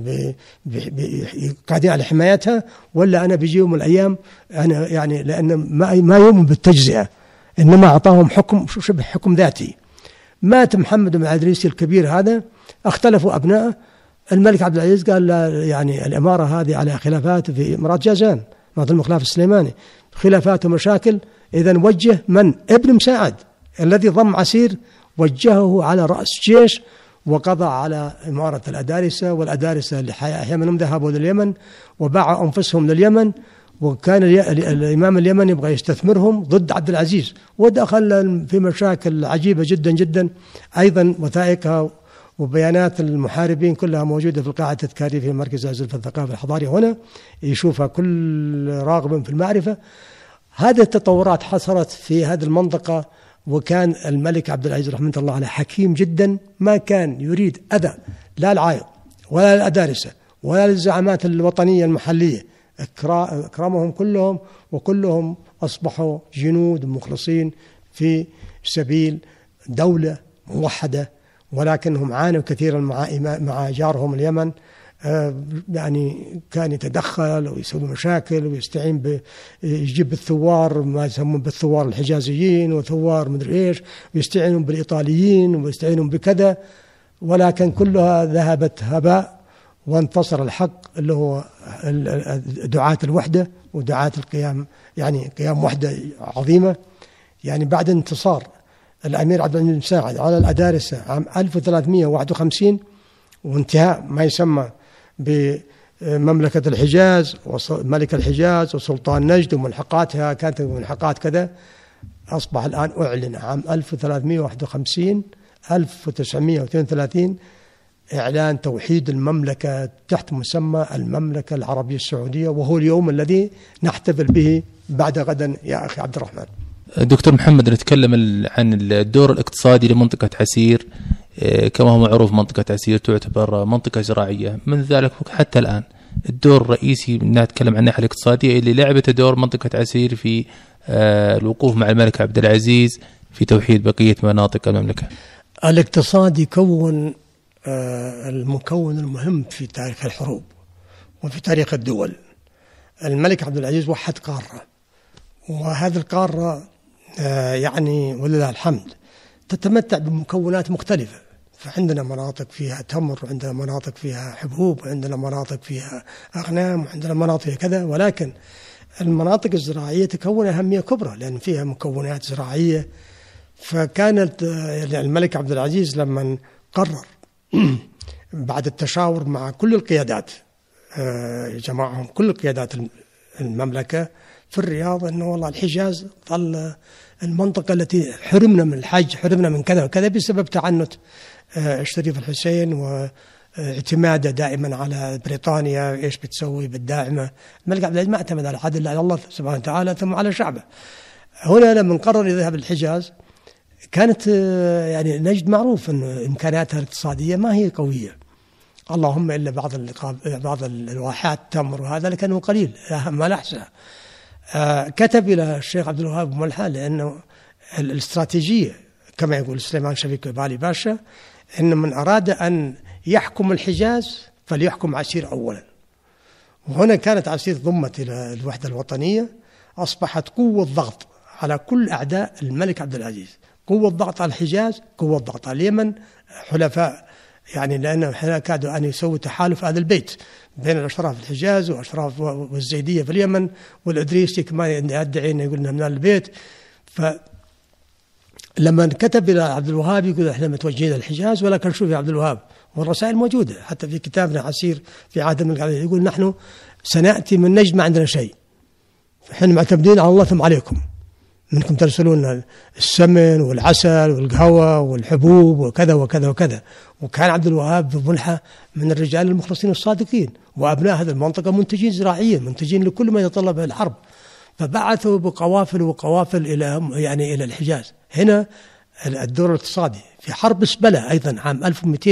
قاعدين على حمايتها، ولا أنا بيجي يوم الأيام أنا يعني لأن ما يؤمن بالتجزئة، إنما أعطاهم حكم شبه حكم ذاتي. مات محمد بن الإدريسي الكبير هذا، اختلفوا أبنائه. الملك عبد العزيز قال لا، يعني الإمارة هذه على خلافات في إمارات جازان مثل الخلاف السليماني، خلافات ومشاكل. إذن وجه من ابن مساعد الذي ضم عسير، وجهه على رأس جيش وقضى على إمارة الأدارسة، والأدارسة اللي أحيانا ذهبوا لليمن وباعوا أنفسهم لليمن، وكان الإمام اليمني يبغى يستثمرهم ضد عبد العزيز، ودخل في مشاكل عجيبة جدا جدا. أيضا وثائقها وبيانات المحاربين كلها موجودة في القاعة التذكارية في مركز الزلفة الثقافة الحضارية، هنا يشوفها كل راغب في المعرفة. هذه التطورات حصلت في هذه المنطقة، وكان الملك عبد العزيز رحمه الله عليه حكيم جدا، ما كان يريد أذى لا العائض ولا الأدارسة ولا الزعامات الوطنية المحلية، أكرمهم كلهم، وكلهم أصبحوا جنود مخلصين في سبيل دولة موحدة. ولكنهم عانوا كثيرا مع جارهم اليمن، يعني كان يتدخل ويسوي مشاكل ويستعين يجيب الثوار ما يسمون بالثوار الحجازيين وثوار مدري ايش، ويستعينون بالإيطاليين ويستعينون بكذا، ولكن كلها ذهبت هباء. وانتصر الحق اللي هو دعاة الوحدة ودعاة القيام، يعني قيام وحدة عظيمة. يعني بعد انتصار الأمير عبد العزيز بن مساعد على الأدارسة عام 1351 وانتهاء ما يسمى بمملكة الحجاز وملك الحجاز وسلطان نجد وملحقاتها، كانت ملحقات كذا، أصبح الآن أعلن عام 1351 1932 إعلان توحيد المملكة تحت مسمى المملكة العربية السعودية، وهو اليوم الذي نحتفل به بعد غدا يا أخي عبد الرحمن. دكتور محمد، نتكلم عن الدور الاقتصادي لمنطقة عسير. كما هو معروف منطقة عسير تعتبر منطقة زراعية من ذلك حتى الآن. الدور الرئيسي نتكلم عن الناحية الاقتصادية اللي لعبته دور منطقة عسير في الوقوف مع الملك عبد العزيز في توحيد بقية مناطق المملكة. الاقتصاد يكون المكون المهم في تاريخ الحروب وفي تاريخ الدول. الملك عبد العزيز وحد قارة، وهذه القارة يعني ولله الحمد تتمتع بمكونات مختلفة. فعندنا مناطق فيها تمر، وعندنا مناطق فيها حبوب، وعندنا مناطق فيها أغنام، وعندنا مناطق كذا، ولكن المناطق الزراعية تكون أهمية كبرى لأن فيها مكونات زراعية. فكانت الملك عبد العزيز لما قرر بعد التشاور مع كل القيادات، جمعهم كل قيادات المملكة في الرياض، أنه والله الحجاز ظل المنطقة التي حرمنا من الحج، حرمنا من كذا وكذا بسبب تعنت الشريف الحسين واعتماده دائما على بريطانيا، ايش بتسوي بالداعمة. الملك عبد العزيز ما اعتمد على حد الا على الله سبحانه وتعالى ثم على شعبه. هنا لما قرر يذهب للحجاز كانت يعني نجد معروف أن إمكاناتها الاقتصادية ما هي قوية، اللهم إلا بعض الواحات تمر وهذا لكنه قليل ما نحسه. كتب إلى الشيخ عبد الوهاب ملحة لأنه الاستراتيجية كما يقول سليمان شفيق بالي باشا، أن من أراد أن يحكم الحجاز فليحكم عسير أولا. وهنا كانت عسير ضمت إلى الوحدة الوطنية، أصبحت قوة ضغط على كل أعداء الملك عبد العزيز، قوة ضغط على الحجاز، قوة ضغط على اليمن، حلفاء يعني لأنه كادوا أن يسووا تحالف أهل البيت بين الأشراف الحجاز وأشراف والزيدية في اليمن، والإدريسي كمان يدعي أنه يقول من أهل البيت. فلما كتب إلى عبد الوهاب يقول إحنا متوجهين للحجاز، ولكن شوف يا عبد الوهاب، والرسائل موجودة حتى في كتابنا عسير في عهد الملك عبد العزيز، يقول نحن سنأتي من نجد ما عندنا شيء، فإحنا معتمدين على الله ثم عليكم، منكم ترسلون السمن والعسل والقهوة والحبوب وكذا وكذا وكذا. وكان عبد الوهاب بن ملحة من الرجال المخلصين الصادقين، وأبناء هذه المنطقة منتجين زراعيين، منتجين لكل ما يتطلبه الحرب، فبعثوا بقوافل وقوافل إلى الحجاز. هنا الدور الاقتصادي في حرب سبلة أيضا عام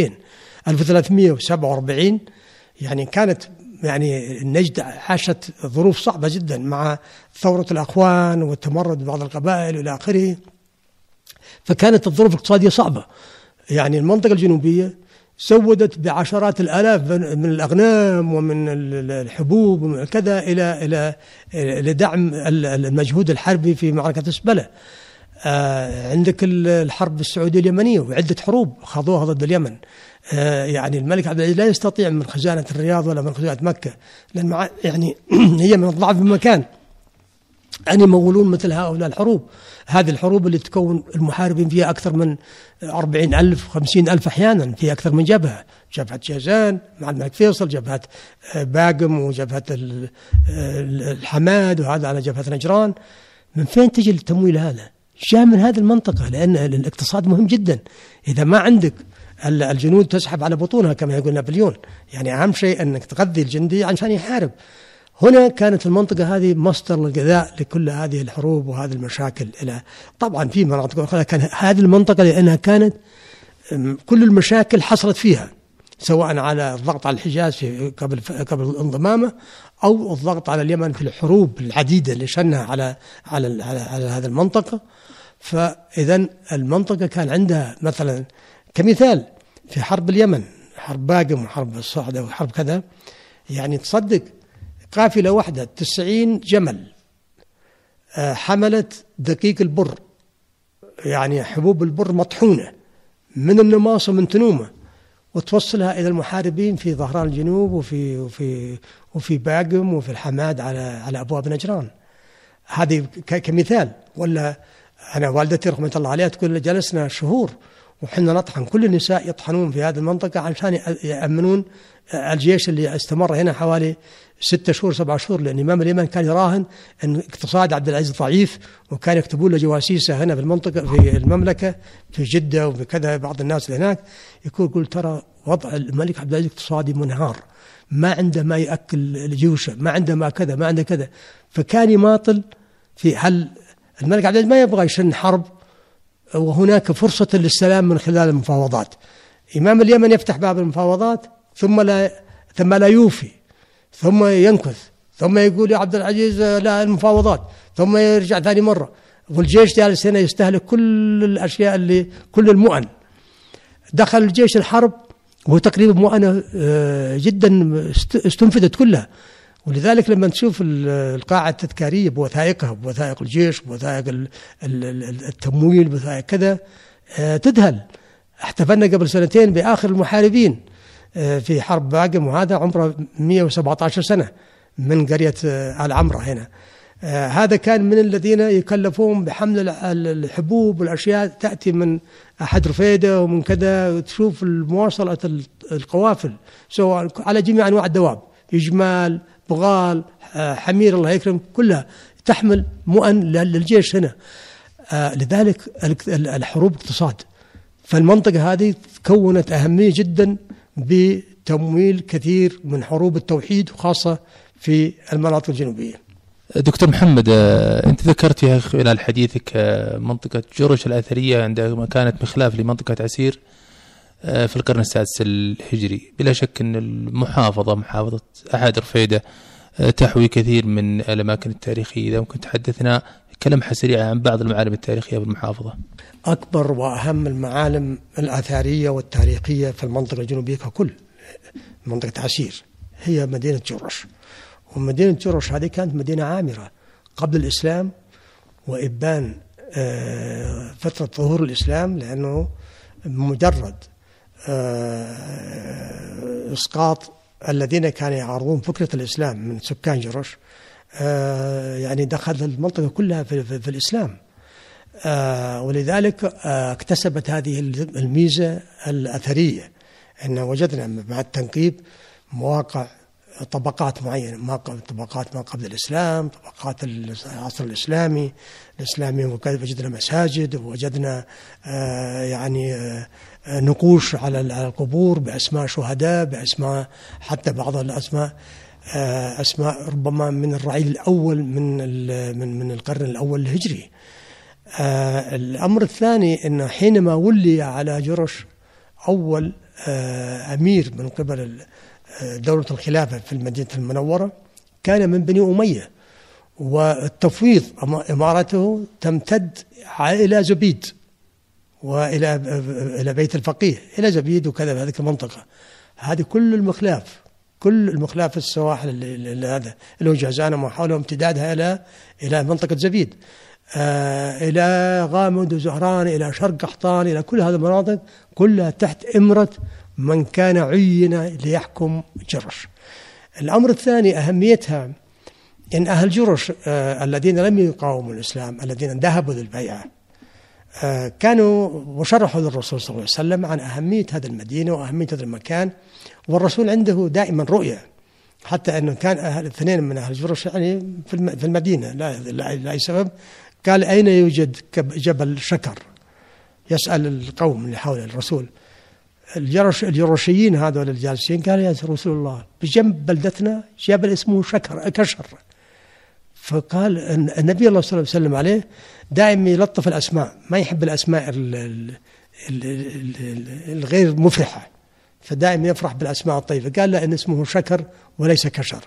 1347 يعني كانت يعني النجد عاشت ظروف صعبة جدا مع ثورة الأخوان والتمرد بعض القبائل إلى آخره، فكانت الظروف الاقتصادية صعبة. يعني المنطقة الجنوبية سودت بعشرات الآلاف من الأغنام ومن الحبوب ومن كذا إلى دعم المجهود الحربي في معركة سبلة. عندك الحرب السعودية اليمنية وعدة حروب خاضوها ضد اليمن. يعني الملك عبد العزيز لا يستطيع من خزانة الرياض ولا من خزانة مكة، لأن يعني هي من الضعف بمكان أن يمولون مثل هؤلاء الحروب. هذه الحروب اللي تكون المحاربين فيها أكثر من 40,000 50,000 أحيانا في أكثر من جبهة، جبهة جازان مع الملك فيصل، جبهة باقم، وجبهة الحماد، وهذا على جبهة نجران. من فين تجي التمويل هذا؟ جاء من هذه المنطقة، لأن الاقتصاد مهم جدا. إذا ما عندك الجنود تسحب على بطونها كما يقول نابليون، يعني أهم شيء أنك تغذي الجندي عشان يحارب. هنا كانت المنطقة هذه مصدر الغذاء لكل هذه الحروب وهذه المشاكل. طبعا في مناطق أخرى كان هذه المنطقة لأنها كانت كل المشاكل حصلت فيها، سواء على الضغط على الحجاز في قبل انضمامه، أو الضغط على اليمن في الحروب العديدة اللي شنها على هذه المنطقة. فإذا المنطقة كان عندها مثلا كمثال في حرب اليمن، حرب باقم وحرب الصعدة وحرب كذا، يعني تصدق قافلة واحدة 90 جمل حملت دقيق البر، يعني حبوب البر مطحونة من النماصة من تنومة، وتوصلها إلى المحاربين في ظهران الجنوب وفي باقم وفي الحماد على أبواب نجران. هذه كمثال. ولا أنا والدتي رحمة الله عليها تقول جلسنا شهور وحنا نطحن، كل النساء يطحنون في هذه المنطقة عشان يأمنون الجيش اللي استمر هنا حوالي 6 شهور 7 شهور، لأن الإمام اليمن كان يراهن أن اقتصاد عبد العزيز ضعيف، وكان يكتبون له جواسيسه هنا في المنطقة في المملكة في جدة وكذا. بعض الناس اللي هناك يقول ترى وضع الملك عبد العزيز اقتصادي منهار، ما عنده ما يأكل الجيوشه، ما عنده ما كذا، ما عنده كذا. فكان يماطل في هل الملك عبد العزيز ما يبغى يشن حرب، وهناك فرصة للسلام من خلال المفاوضات. إمام اليمن يفتح باب المفاوضات ثم لا يوفي، ثم ينكث، ثم يقول يا عبد العزيز لا المفاوضات، ثم يرجع ثاني مرة، والجيش جالس هنا يستهلك كل الأشياء اللي كل المؤن. دخل الجيش الحرب وهو تقريبا مؤنة جدا استنفدت كلها. ولذلك لما نشوف القاعة التذكارية بوثائقها، بوثائق الجيش، بوثائق التمويل، بوثائق كذا، تذهل. احتفلنا قبل 2 بآخر المحاربين في حرب باقم، وهذا عمره 117 سنة من قرية آل عمرة هنا. هذا كان من الذين يكلفون بحمل الحبوب والأشياء تأتي من أحد رفيدة ومن كذا. تشوف المواصلة القوافل سواء على جميع أنواع الدواب، إجمال، بغال، حمير الله يكرم، كلها تحمل مؤن للجيش هنا. لذلك الحروب اقتصاد. فالمنطقة هذه كونت أهمية جدا بتمويل كثير من حروب التوحيد، وخاصة في المناطق الجنوبية. دكتور محمد، أنت ذكرت في خلال حديثك منطقة جرش الأثرية عندما كانت مخلاف لمنطقة عسير في القرن السادس الهجري. بلا شك أن محافظة أحد رفيدة تحوي كثير من الأماكن التاريخية. إذا ممكن تحدثنا كلمحة سريعة عن بعض المعالم التاريخية بالمحافظة. أكبر وأهم المعالم الأثرية والتاريخية في المنطقة الجنوبية ككل منطقة عسير هي مدينة جرش. ومدينة جرش هذه كانت مدينة عامرة قبل الإسلام وإبان فترة ظهور الإسلام، لأنه مجرد إسقاط الذين كانوا يعارضون فكرة الإسلام من سكان جرش يعني دخل المنطقة كلها في الإسلام. ولذلك اكتسبت هذه الميزة الأثرية، أن وجدنا مع التنقيب مواقع طبقات معينة، طبقات ما قبل الإسلام، طبقات العصر الإسلامي وجدنا مساجد، ووجدنا يعني نقوش على القبور بأسماء شهداء، بأسماء حتى بعض الأسماء أسماء ربما من الرعيل الأول من القرن الأول الهجري. الأمر الثاني أنه حينما ولي على جرش أول أمير من قبل دولة الخلافة في المدينة المنورة كان من بني أمية، والتفويض إمارته تمتد إلى زبيد وإلى بيت الفقيه، إلى زبيد وكذا في هذه المنطقة. هذه كل المخلاف السواحل هذا اللي هو جازان وما حوله امتدادها إلى منطقة زبيد، إلى غامد وزهران، إلى شرق قحطان، إلى كل هذه المناطق كلها تحت إمرة من كان عين ليحكم جرش. الأمر الثاني أهميتها إن أهل جرش الذين لم يقاوموا الإسلام، الذين ذهبوا للبيعة، كانوا وشرحوا للرسول صلى الله عليه وسلم عن أهمية هذه المدينة وأهمية هذا المكان. والرسول عنده دائما رؤية، حتى أنه كان اثنين من أهل جرش يعني في المدينة لا أي سبب، قال أين يوجد جبل شكر؟ يسأل القوم اللي حول الرسول، الجرشيين هذول الجالسين، قال يا رسول الله بجنب بلدتنا جبل اسمه كشر. فقال النبي الله صلى الله عليه وسلم عليه دائما يلطف الأسماء، ما يحب الأسماء الغير مفرحة، فدائما يفرح بالأسماء الطيبة. قال له إن اسمه شكر وليس كشر.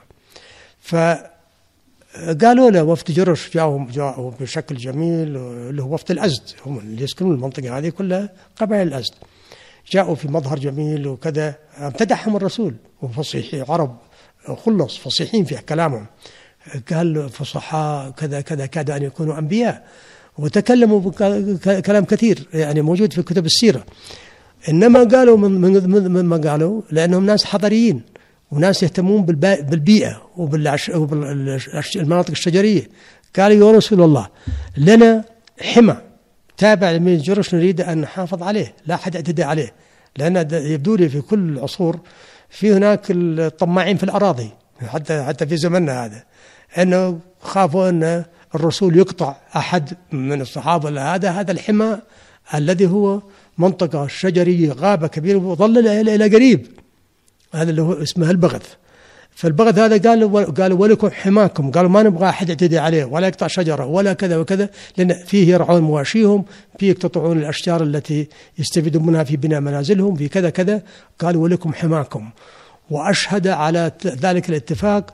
فقالوا له وفد جرش جاءوا بشكل جميل، اللي هو وفد الأزد، هم اللي يسكنون المنطقة هذه كلها قبائل الأزد، جاءوا في مظهر جميل وكذا. امتدحهم الرسول وفصيح عرب خلص فصيحين في كلامهم، قال فصحاء كذا كذا كاد أن يكونوا أنبياء، وتكلموا بكلام كثير يعني موجود في كتب السيرة. إنما قالوا من ما قالوا لأنهم ناس حضريين وناس يهتمون بالبيئة وبالمناطق الشجرية. قالوا يا رسول الله لنا حمى تابع لمدينة جرش نريد أن نحافظ عليه، لا أحد يعتدي عليه، لأن يبدو لي في كل العصور في هناك الطماعين في الأراضي، حتى في زمننا هذا، أنه خافوا أن الرسول يقطع أحد من الصحابة. هذا الحمى الذي هو منطقة شجرية غابة كبيرة وظل إلى قريب، هذا اللي هو اسمه البغث. فالبغث هذا قالوا ولكم حماكم، قالوا ما نبغى أحد يعتدي عليه ولا يقطع شجرة ولا كذا وكذا، لأن فيه يرعون مواشيهم، فيه يقتطعون الأشجار التي يستفيدون منها في بناء منازلهم، في كذا كذا. قالوا ولكم حماكم. وأشهد على ذلك الاتفاق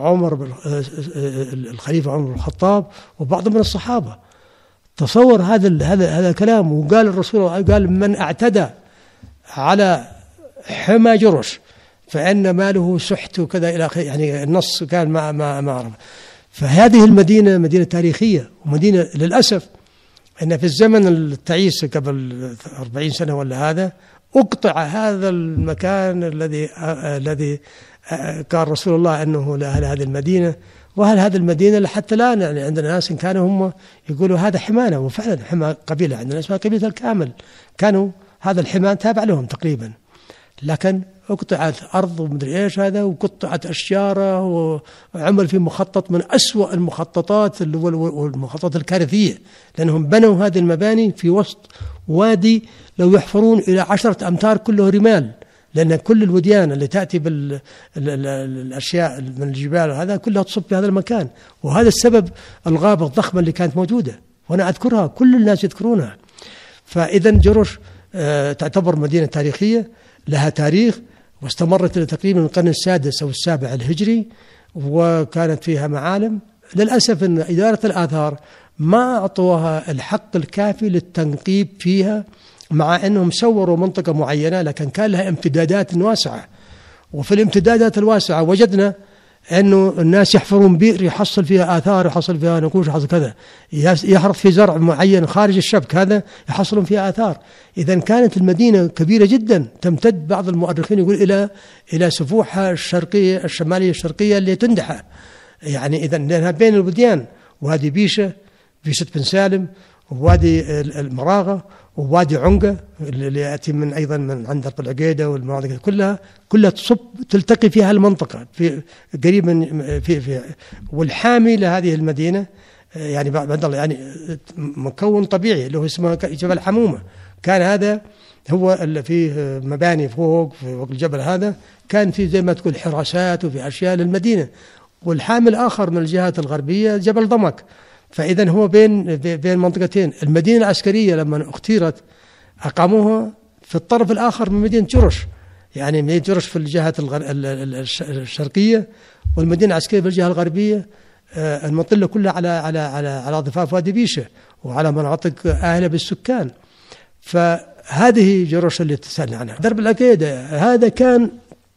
الخليفة عمر بن الخطاب وبعض من الصحابة. تصور هذا الكلام. وقال الرسول قال من اعتدى على حمى جرش فإن ماله سحت وكذا إلى آخره، يعني النص كان ما أعرف. فهذه المدينة مدينة تاريخية ومدينة للأسف أن في الزمن التعيس قبل 40 سنة ولا هذا أقطع هذا المكان الذي قال رسول الله أنه لأهل هذه المدينة. وأهل هذه المدينة حتى الآن يعني عندنا ناس إن كانوا هم يقولوا هذا حمانا، وفعلا حمى قبيلة عندنا اسمها قبيلة الكامل، كانوا هذا الحمى تابع لهم تقريبا، لكن اقطعت أرض ومدري إيش هذا، وقطعت أشجاره، وعمل في مخطط من أسوأ المخططات والمخططات الكارثية، لأنهم بنوا هذه المباني في وسط وادي لو يحفرون إلى 10 أمتار كله رمال، لأن كل الوديان اللي تأتي بالأشياء من الجبال هذا كلها تصب في هذا المكان. وهذا السبب الغابة الضخمة اللي كانت موجودة، وأنا أذكرها كل الناس يذكرونها. فإذا جرش تعتبر مدينة تاريخية لها تاريخ، واستمرت إلى تقريبا القرن السادس أو السابع الهجري، وكانت فيها معالم. للأسف أن إدارة الآثار ما أعطوها الحق الكافي للتنقيب فيها، مع أنهم صوروا منطقة معينة لكن كان لها امتدادات واسعة. وفي الامتدادات الواسعة وجدنا أنه الناس يحفرون بئر يحصل فيها آثار، يحصل فيها نقوش، يحصل كذا، يحرث في زرع معين خارج الشبك هذا يحصلون فيها آثار. إذا كانت المدينة كبيرة جدا، تمتد بعض المؤرخين يقول إلى سفوحها الشرقية الشمالية الشرقية اللي تندحى، يعني إذا لأنها بين الوديان، وهذه بيشة بن سالم، ووادي المراغة، ووادي عنقة اللي يأتي أيضا من عند العقيدة والمناطق كلها تلتقي فيها المنطقة في قريب من في والحامي لهذه المدينة يعني بعد الله يعني مكون طبيعي اللي هو اسمه جبل حمومة. كان هذا هو اللي فيه مباني فوق الجبل هذا، كان فيه زي ما تقول حراسات وفي أشياء للمدينة. والحامي الآخر من الجهات الغربية جبل ضمك. فإذا هو بين منطقتين. المدينة العسكرية لما اختيرت أقاموها في الطرف الآخر من مدينة جرش، يعني مدينة جرش في الجهة الشرقية، والمدينة العسكرية في الجهة الغربية. المنطقة كلها على ضفاف وادي بيشة وعلى مناطق آهلة بالسكان. فهذه جرش اللي تسألنا عنها. درب العقيدة هذا كان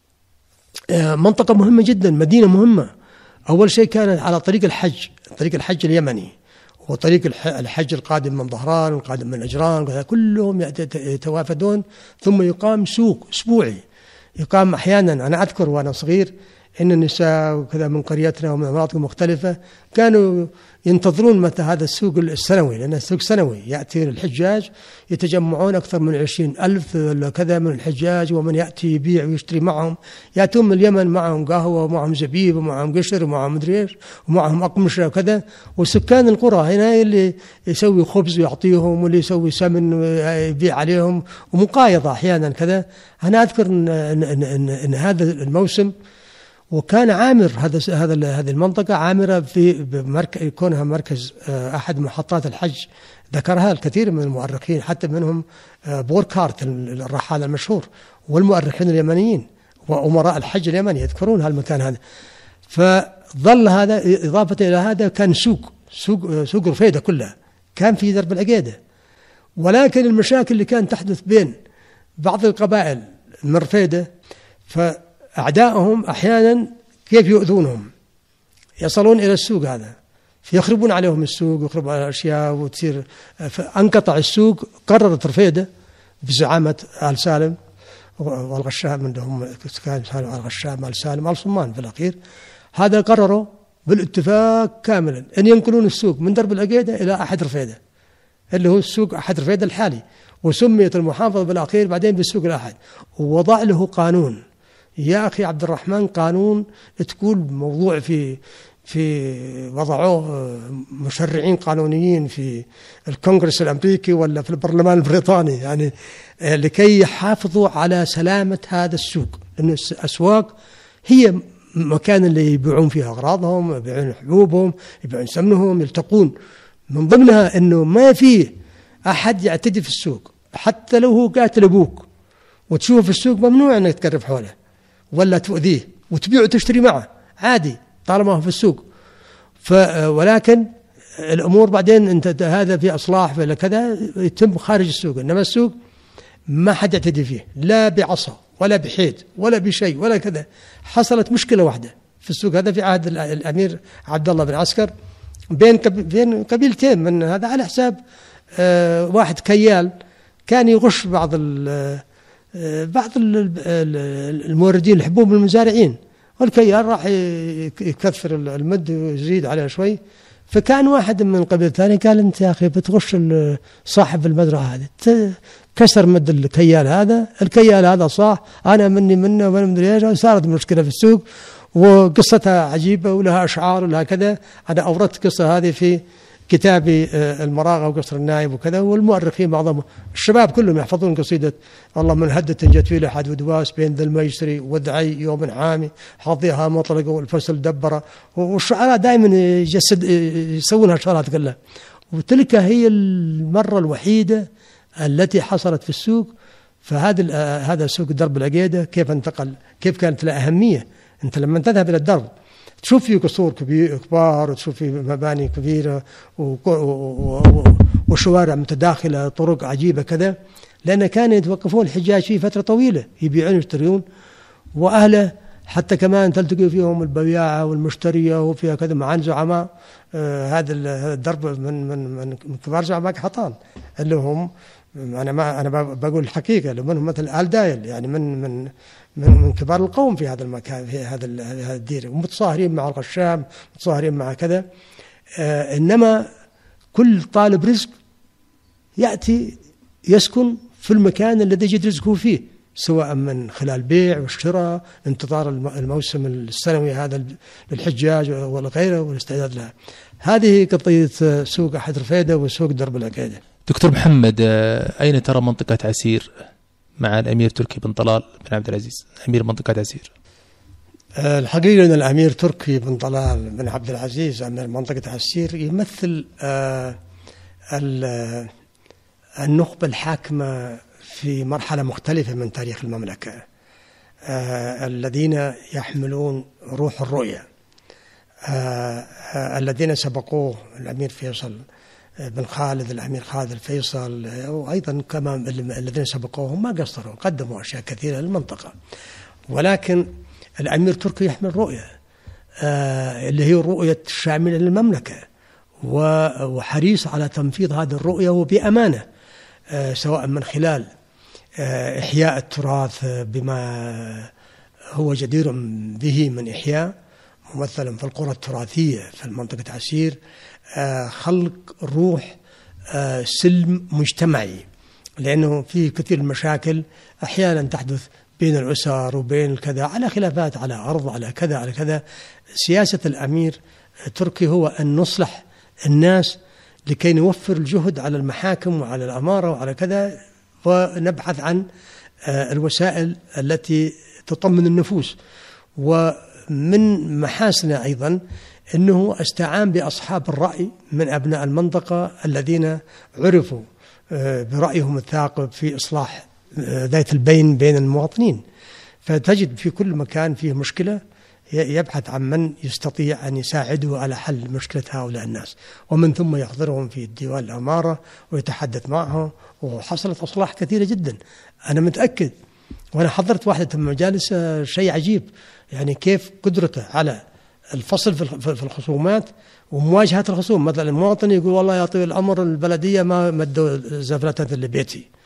منطقة مهمة جدا، مدينة مهمة. أول شيء كانت على طريق الحج اليمني، وطريق الحج القادم من ظهران والقادم من نجران، كلهم يتوافدون. ثم يقام سوق أسبوعي، يقام أحيانا. أنا أذكر وأنا صغير إن النساء وكذا من قريتنا ومن مناطق مختلفة كانوا ينتظرون متى هذا السوق السنوي، لأنه سوق سنوي يأتي الحجاج، يتجمعون أكثر من 20,000 ولا كذا من الحجاج، ومن يأتي يبيع ويشتري معهم. يأتون من اليمن معهم قهوة ومعهم زبيب ومعهم قشر ومعهم مدري إيش ومعهم أقمشة وكذا. وسكان القرى هنا اللي يسوي خبز ويعطيهم، واللي يسوي سمن ويبيع عليهم، ومقايضة أحيانا كذا. أنا أذكر إن هذا الموسم وكان عامر هذه المنطقة عامرة في كونها مركز أحد محطات الحج. ذكرها الكثير من المؤرخين، حتى منهم بوركارت الرحال المشهور، والمؤرخين اليمنيين وأمراء الحج اليمني يذكرون هالمكان هذا. فظل هذا. إضافة إلى هذا كان سوق رفيدة كلها كان في درب العقيدة. ولكن المشاكل اللي كانت تحدث بين بعض القبائل من رفيدة، أعدائهم أحيانا كيف يؤذونهم، يصلون إلى السوق هذا فيخربون عليهم السوق، يخربون على الأشياء وتصير. فانقطع السوق. قررت رفيدة بزعامة آل سالم والغشام، عندهم كان آل غشام آل سالم آل صمان في الأخير. هذا قرروا بالاتفاق كاملا أن ينقلون السوق من درب العقيدة إلى أحد رفيدة، اللي هو السوق أحد رفيدة الحالي، وسميت المحافظة بالأخير بعدين بالسوق الأحد. ووضع له قانون يا أخي عبد الرحمن، قانون تقول موضوع في وضعوه مشرعين قانونيين في الكونغرس الأمريكي ولا في البرلمان البريطاني، يعني لكي يحافظوا على سلامة هذا السوق، لأن الأسواق هي مكان اللي يبيعون فيها أغراضهم، يبيعون حبوبهم، يبيعون سمنهم، يلتقون. من ضمنها أنه ما فيه أحد يعتدي في السوق، حتى لو هو قاتل أبوك وتشوفه في السوق ممنوع أنك تقرب حوله ولا تؤذيه وتبيع وتشتري معه عادي طالما هو في السوق. ولكن الأمور بعدين أنت هذا في أصلاح ولا كذا يتم خارج السوق، إنما السوق ما حد يعتدي فيه لا بعصا ولا بحيد ولا بشيء ولا كذا. حصلت مشكلة واحدة في السوق هذا في عهد الأمير عبد الله بن عسكر بين قبيلتين من هذا، على حساب واحد كيال كان يغش بعض الموردين الحبوب المزارعين، والكيال راح يكثر المد ويزيد عليه شوي. فكان واحد من قبيل ثاني قال انت يا اخي بتغش صاحب المزرعه هذه، كسر مد الكيال هذا صاح انا منه وانا مدري ايش. صارت مشكله في السوق وقصتها عجيبه ولها اشعار ولها كذا. انا اوردت القصه هذه في كتابي المراغة وقصر النايب وكذا، والمؤرخين بعضهم الشباب كلهم يحفظون قصيدة الله من هدة جت في لحد ودواس بين ذا الميسري ودعي يوم حامي حظيها مطلق والفصل دبره. والشعراء دائما يسوون هالشغلات كلها. وتلك هي المرة الوحيدة التي حصلت في السوق. هذا سوق درب العقيدة كيف انتقل، كيف كانت له أهمية. أنت لما تذهب إلى الدرب تشوف فيه قصور كبار وتشوف فيه مباني كبيرة وشوارع متداخلة طرق عجيبة كذا، لأن كانوا يتوقفون الحجاج فيه فترة طويلة يبيعون ويشترون، وأهله حتى كمان تلتقي فيهم البياعة والمشترية وفيها كذا معان زعماء. هذا الدرب من كبار زعماء قحطان اللي هم أنا بقول الحقيقة اللي منهم مثل آل دايل، يعني من كبار القوم في هذا المكان في هذا الدير، ومتصاهرين مع الغشام متصاهرين مع كذا. إنما كل طالب رزق يأتي يسكن في المكان الذي يجد رزقه فيه، سواء من خلال بيع واشتراء، انتظار الموسم السنوي هذا للحجاج ولا غيره والاستعداد لها. هذه قضية سوق أحد رفيدة وسوق درب العقيدة. دكتور محمد، أين ترى منطقة عسير مع الأمير تركي بن طلال بن عبد العزيز أمير منطقة عسير؟ الحقيقة أن الأمير تركي بن طلال بن عبد العزيز أمير منطقة عسير يمثل النخبة الحاكمة في مرحلة مختلفة من تاريخ المملكة، الذين يحملون روح الرؤية، الذين سبقوه الأمير فيصل بن خالد، الأمير خالد الفيصل، وأيضا كما الذين سبقوهم ما قصروا، قدموا أشياء كثيرة للمنطقة. ولكن الأمير تركي يحمل رؤية اللي هي رؤية شاملة للمملكة، وحريص على تنفيذ هذه الرؤية وبأمانة، سواء من خلال إحياء التراث بما هو جدير به من إحياء، ممثلا في القرى التراثية في منطقة عسير، خلق روح سلم مجتمعي، لأنه في كثير المشاكل أحيانا تحدث بين الأسر وبين الكذا، على خلافات على أرض على كذا على كذا. سياسة الأمير تركي هو أن نصلح الناس لكي نوفر الجهد على المحاكم وعلى الأمارة وعلى كذا، ونبحث عن الوسائل التي تطمن النفوس. ومن محاسنه أيضا أنه استعان بأصحاب الرأي من أبناء المنطقة الذين عرفوا برأيهم الثاقب في إصلاح ذات البين بين المواطنين. فتجد في كل مكان فيه مشكلة يبحث عن من يستطيع أن يساعده على حل مشكلة هؤلاء الناس، ومن ثم يحضرهم في الديوان الأمارة ويتحدث معهم، وحصلت أصلاح كثيرة جدا. أنا متأكد وأنا حضرت واحدة من المجالس شيء عجيب، يعني كيف قدرته على الفصل في الخصومات ومواجهة الخصوم. مثلا المواطن يقول والله يا طويل الأمر البلدية ما مدوا زفلتات لبيتي،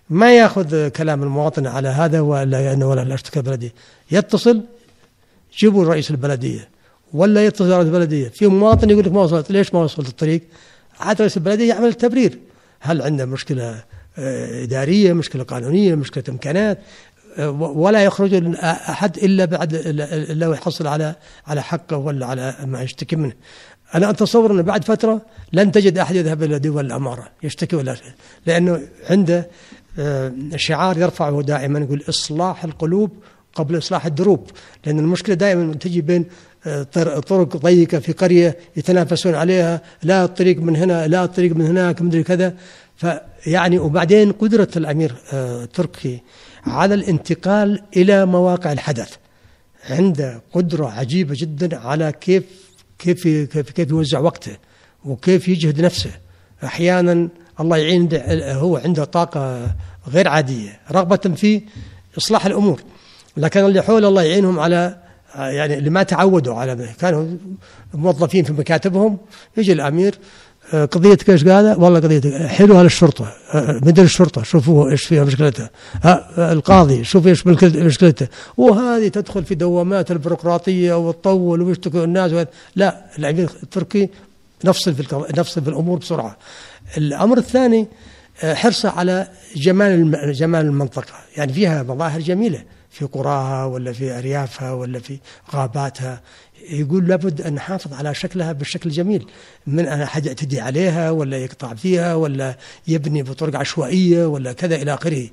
ما يأخذ كلام المواطن على هذا ولا الاشتكاء البلدية، يتصل جيبوا رئيس البلدية ولا يتصل رئيس البلدية. في مواطن يقول لك ما وصلت، ليش ما وصلت الطريق؟ عاد رئيس البلدية يعمل التبرير، هل عنده مشكلة إدارية، مشكلة قانونية، مشكلة إمكانات، ولا يخرج أحد إلا بعد إلا يحصل على حقه ولا على ما يشتكي منه. أنا أتصور أن بعد فترة لن تجد أحد يذهب إلى دول الأمارة يشتكي ولا شيء، لأنه عنده شعار يرفعه دائما يقول إصلاح القلوب قبل إصلاح الدروب، لأن المشكلة دائما تجي بين طرق ضيقة في قرية يتنافسون عليها، لا الطريق من هنا لا الطريق من هناك مدري كذا. فيعني وبعدين قدرة الأمير تركي على الانتقال إلى مواقع الحدث، عنده قدرة عجيبة جدا على كيف يوزع وقته وكيف يجهد نفسه. أحيانا الله يعين، هو عنده طاقة غير عادية رغبة في إصلاح الأمور، لكن اللي حول الله يعينهم على يعني اللي ما تعودوا على، كانوا موظفين في مكاتبهم، يجي الأمير قضيتك ايش قال؟ والله قضيتك حلوها للشرطة، مدير الشرطة شوفوا ايش فيها مشكلتها، القاضي شوف ايش مشكلته، وهذه تدخل في دوامات البيروقراطية وتطول ويشتكوا الناس. لا، الأمير التركي نفصل في الأمور بسرعة. الأمر الثاني حرصه على جمال المنطقة، يعني فيها مظاهر جميلة في قراها ولا في أريافها ولا في غاباتها، يقول لابد أن نحافظ على شكلها بالشكل الجميل، من أن أحد يعتدي عليها ولا يقطع فيها ولا يبني بطرق عشوائية ولا كذا إلى آخره.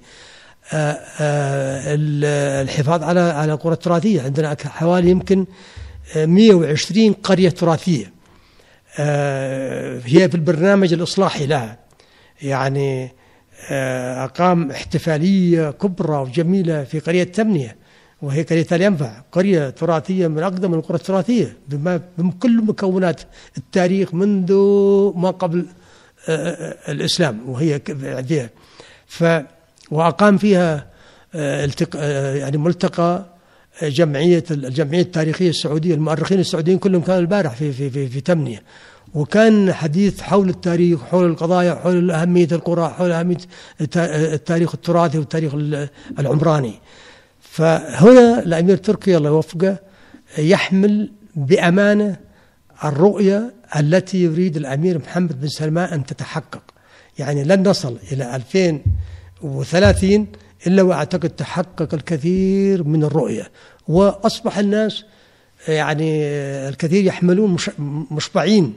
الحفاظ على القرى التراثية، عندنا حوالي يمكن 120 قرية تراثية هي في البرنامج الإصلاحي لها، يعني أقام احتفالية كبرى وجميلة في قرية تمنية، وهي قرية الينفع، قرية تراثية من أقدم القرى التراثية بكل مكونات التاريخ منذ ما قبل الإسلام، وهي فيها وأقام فيها يعني ملتقى الجمعية التاريخية السعودية، المؤرخين السعوديين كلهم كانوا البارح في تمنية، وكان حديث حول التاريخ، حول القضايا، حول أهمية القرى، حول أهمية التاريخ التراثي والتاريخ العمراني. فهنا الأمير تركي الله يوفقه يحمل بأمانة الرؤية التي يريد الأمير محمد بن سلمان أن تتحقق، يعني لن نصل إلى 2030 إلا وأعتقد تحقق الكثير من الرؤية، وأصبح الناس يعني الكثير يحملون مشبعين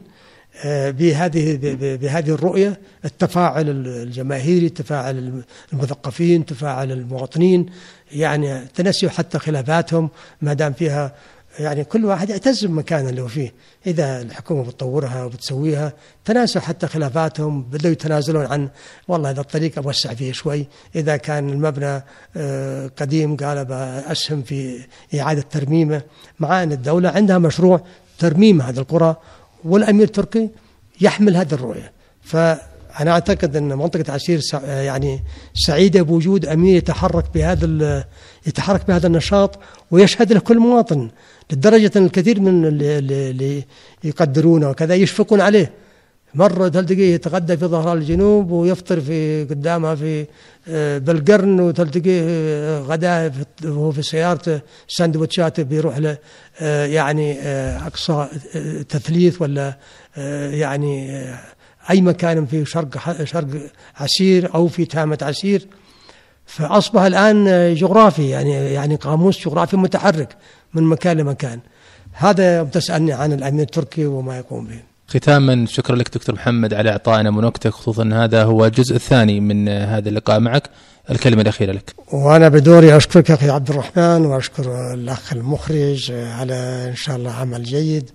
بهذه الرؤية، التفاعل الجماهيري، تفاعل المثقفين، تفاعل المواطنين، يعني تنسوا حتى خلافاتهم ما دام فيها، يعني كل واحد يعتز بمكانه اللي هو فيه. إذا الحكومة بتطورها وبتسويها تناسوا حتى خلافاتهم، بدأوا يتنازلون عن والله هذا الطريق أوسع فيه شوي، إذا كان المبنى قديم قال بأسهم في إعادة ترميمه، مع أن الدولة عندها مشروع ترميم هذه القرى، والأمير تركي يحمل هذه الرؤية. فأنا أعتقد أن منطقة عسير يعني سعيدة بوجود أمير يتحرك بهذا النشاط ويشهد له كل مواطن، لدرجة أن الكثير من اللي يقدرونه وكذا يشفقون عليه. مرة تلتقيه يتغدى في ظهران الجنوب ويفطر في قدامها في بالقرن، وتلتقيه غداه وهو في سيارته سندوتشاته بيروح له يعني أقصى تثليث ولا يعني أي مكان في شرق عسير أو في تامة عسير. فأصبح الآن جغرافي، يعني قاموس جغرافي متحرك من مكان لمكان. هذا تسألني عن الأمير التركي وما يقوم به. ختاما شكرا لك دكتور محمد على إعطائنا من وقتك، خصوصا هذا هو الجزء الثاني من هذا اللقاء معك. الكلمة الأخيرة لك. وأنا بدوري أشكرك أخي عبد الرحمن، وأشكر الأخ المخرج على إن شاء الله عمل جيد،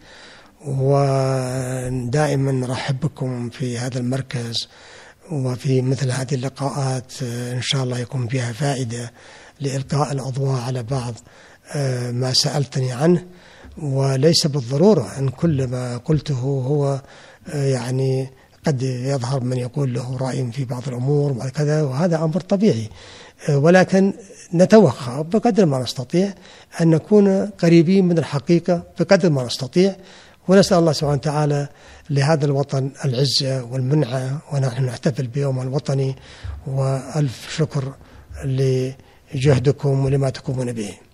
ودائما نرحب بكم في هذا المركز وفي مثل هذه اللقاءات، إن شاء الله يكون فيها فائدة لإلقاء الأضواء على بعض ما سألتني عنه، وليس بالضرورة أن كل ما قلته هو يعني قد يظهر من يقول له رأي في بعض الأمور وكذا، وهذا أمر طبيعي، ولكن نتوخى بقدر ما نستطيع أن نكون قريبين من الحقيقة بقدر ما نستطيع، ونسأل الله سبحانه وتعالى لهذا الوطن العزة والمنعة، ونحن نحتفل بيوم الوطني، وألف شكر لجهدكم ولما تقومون به.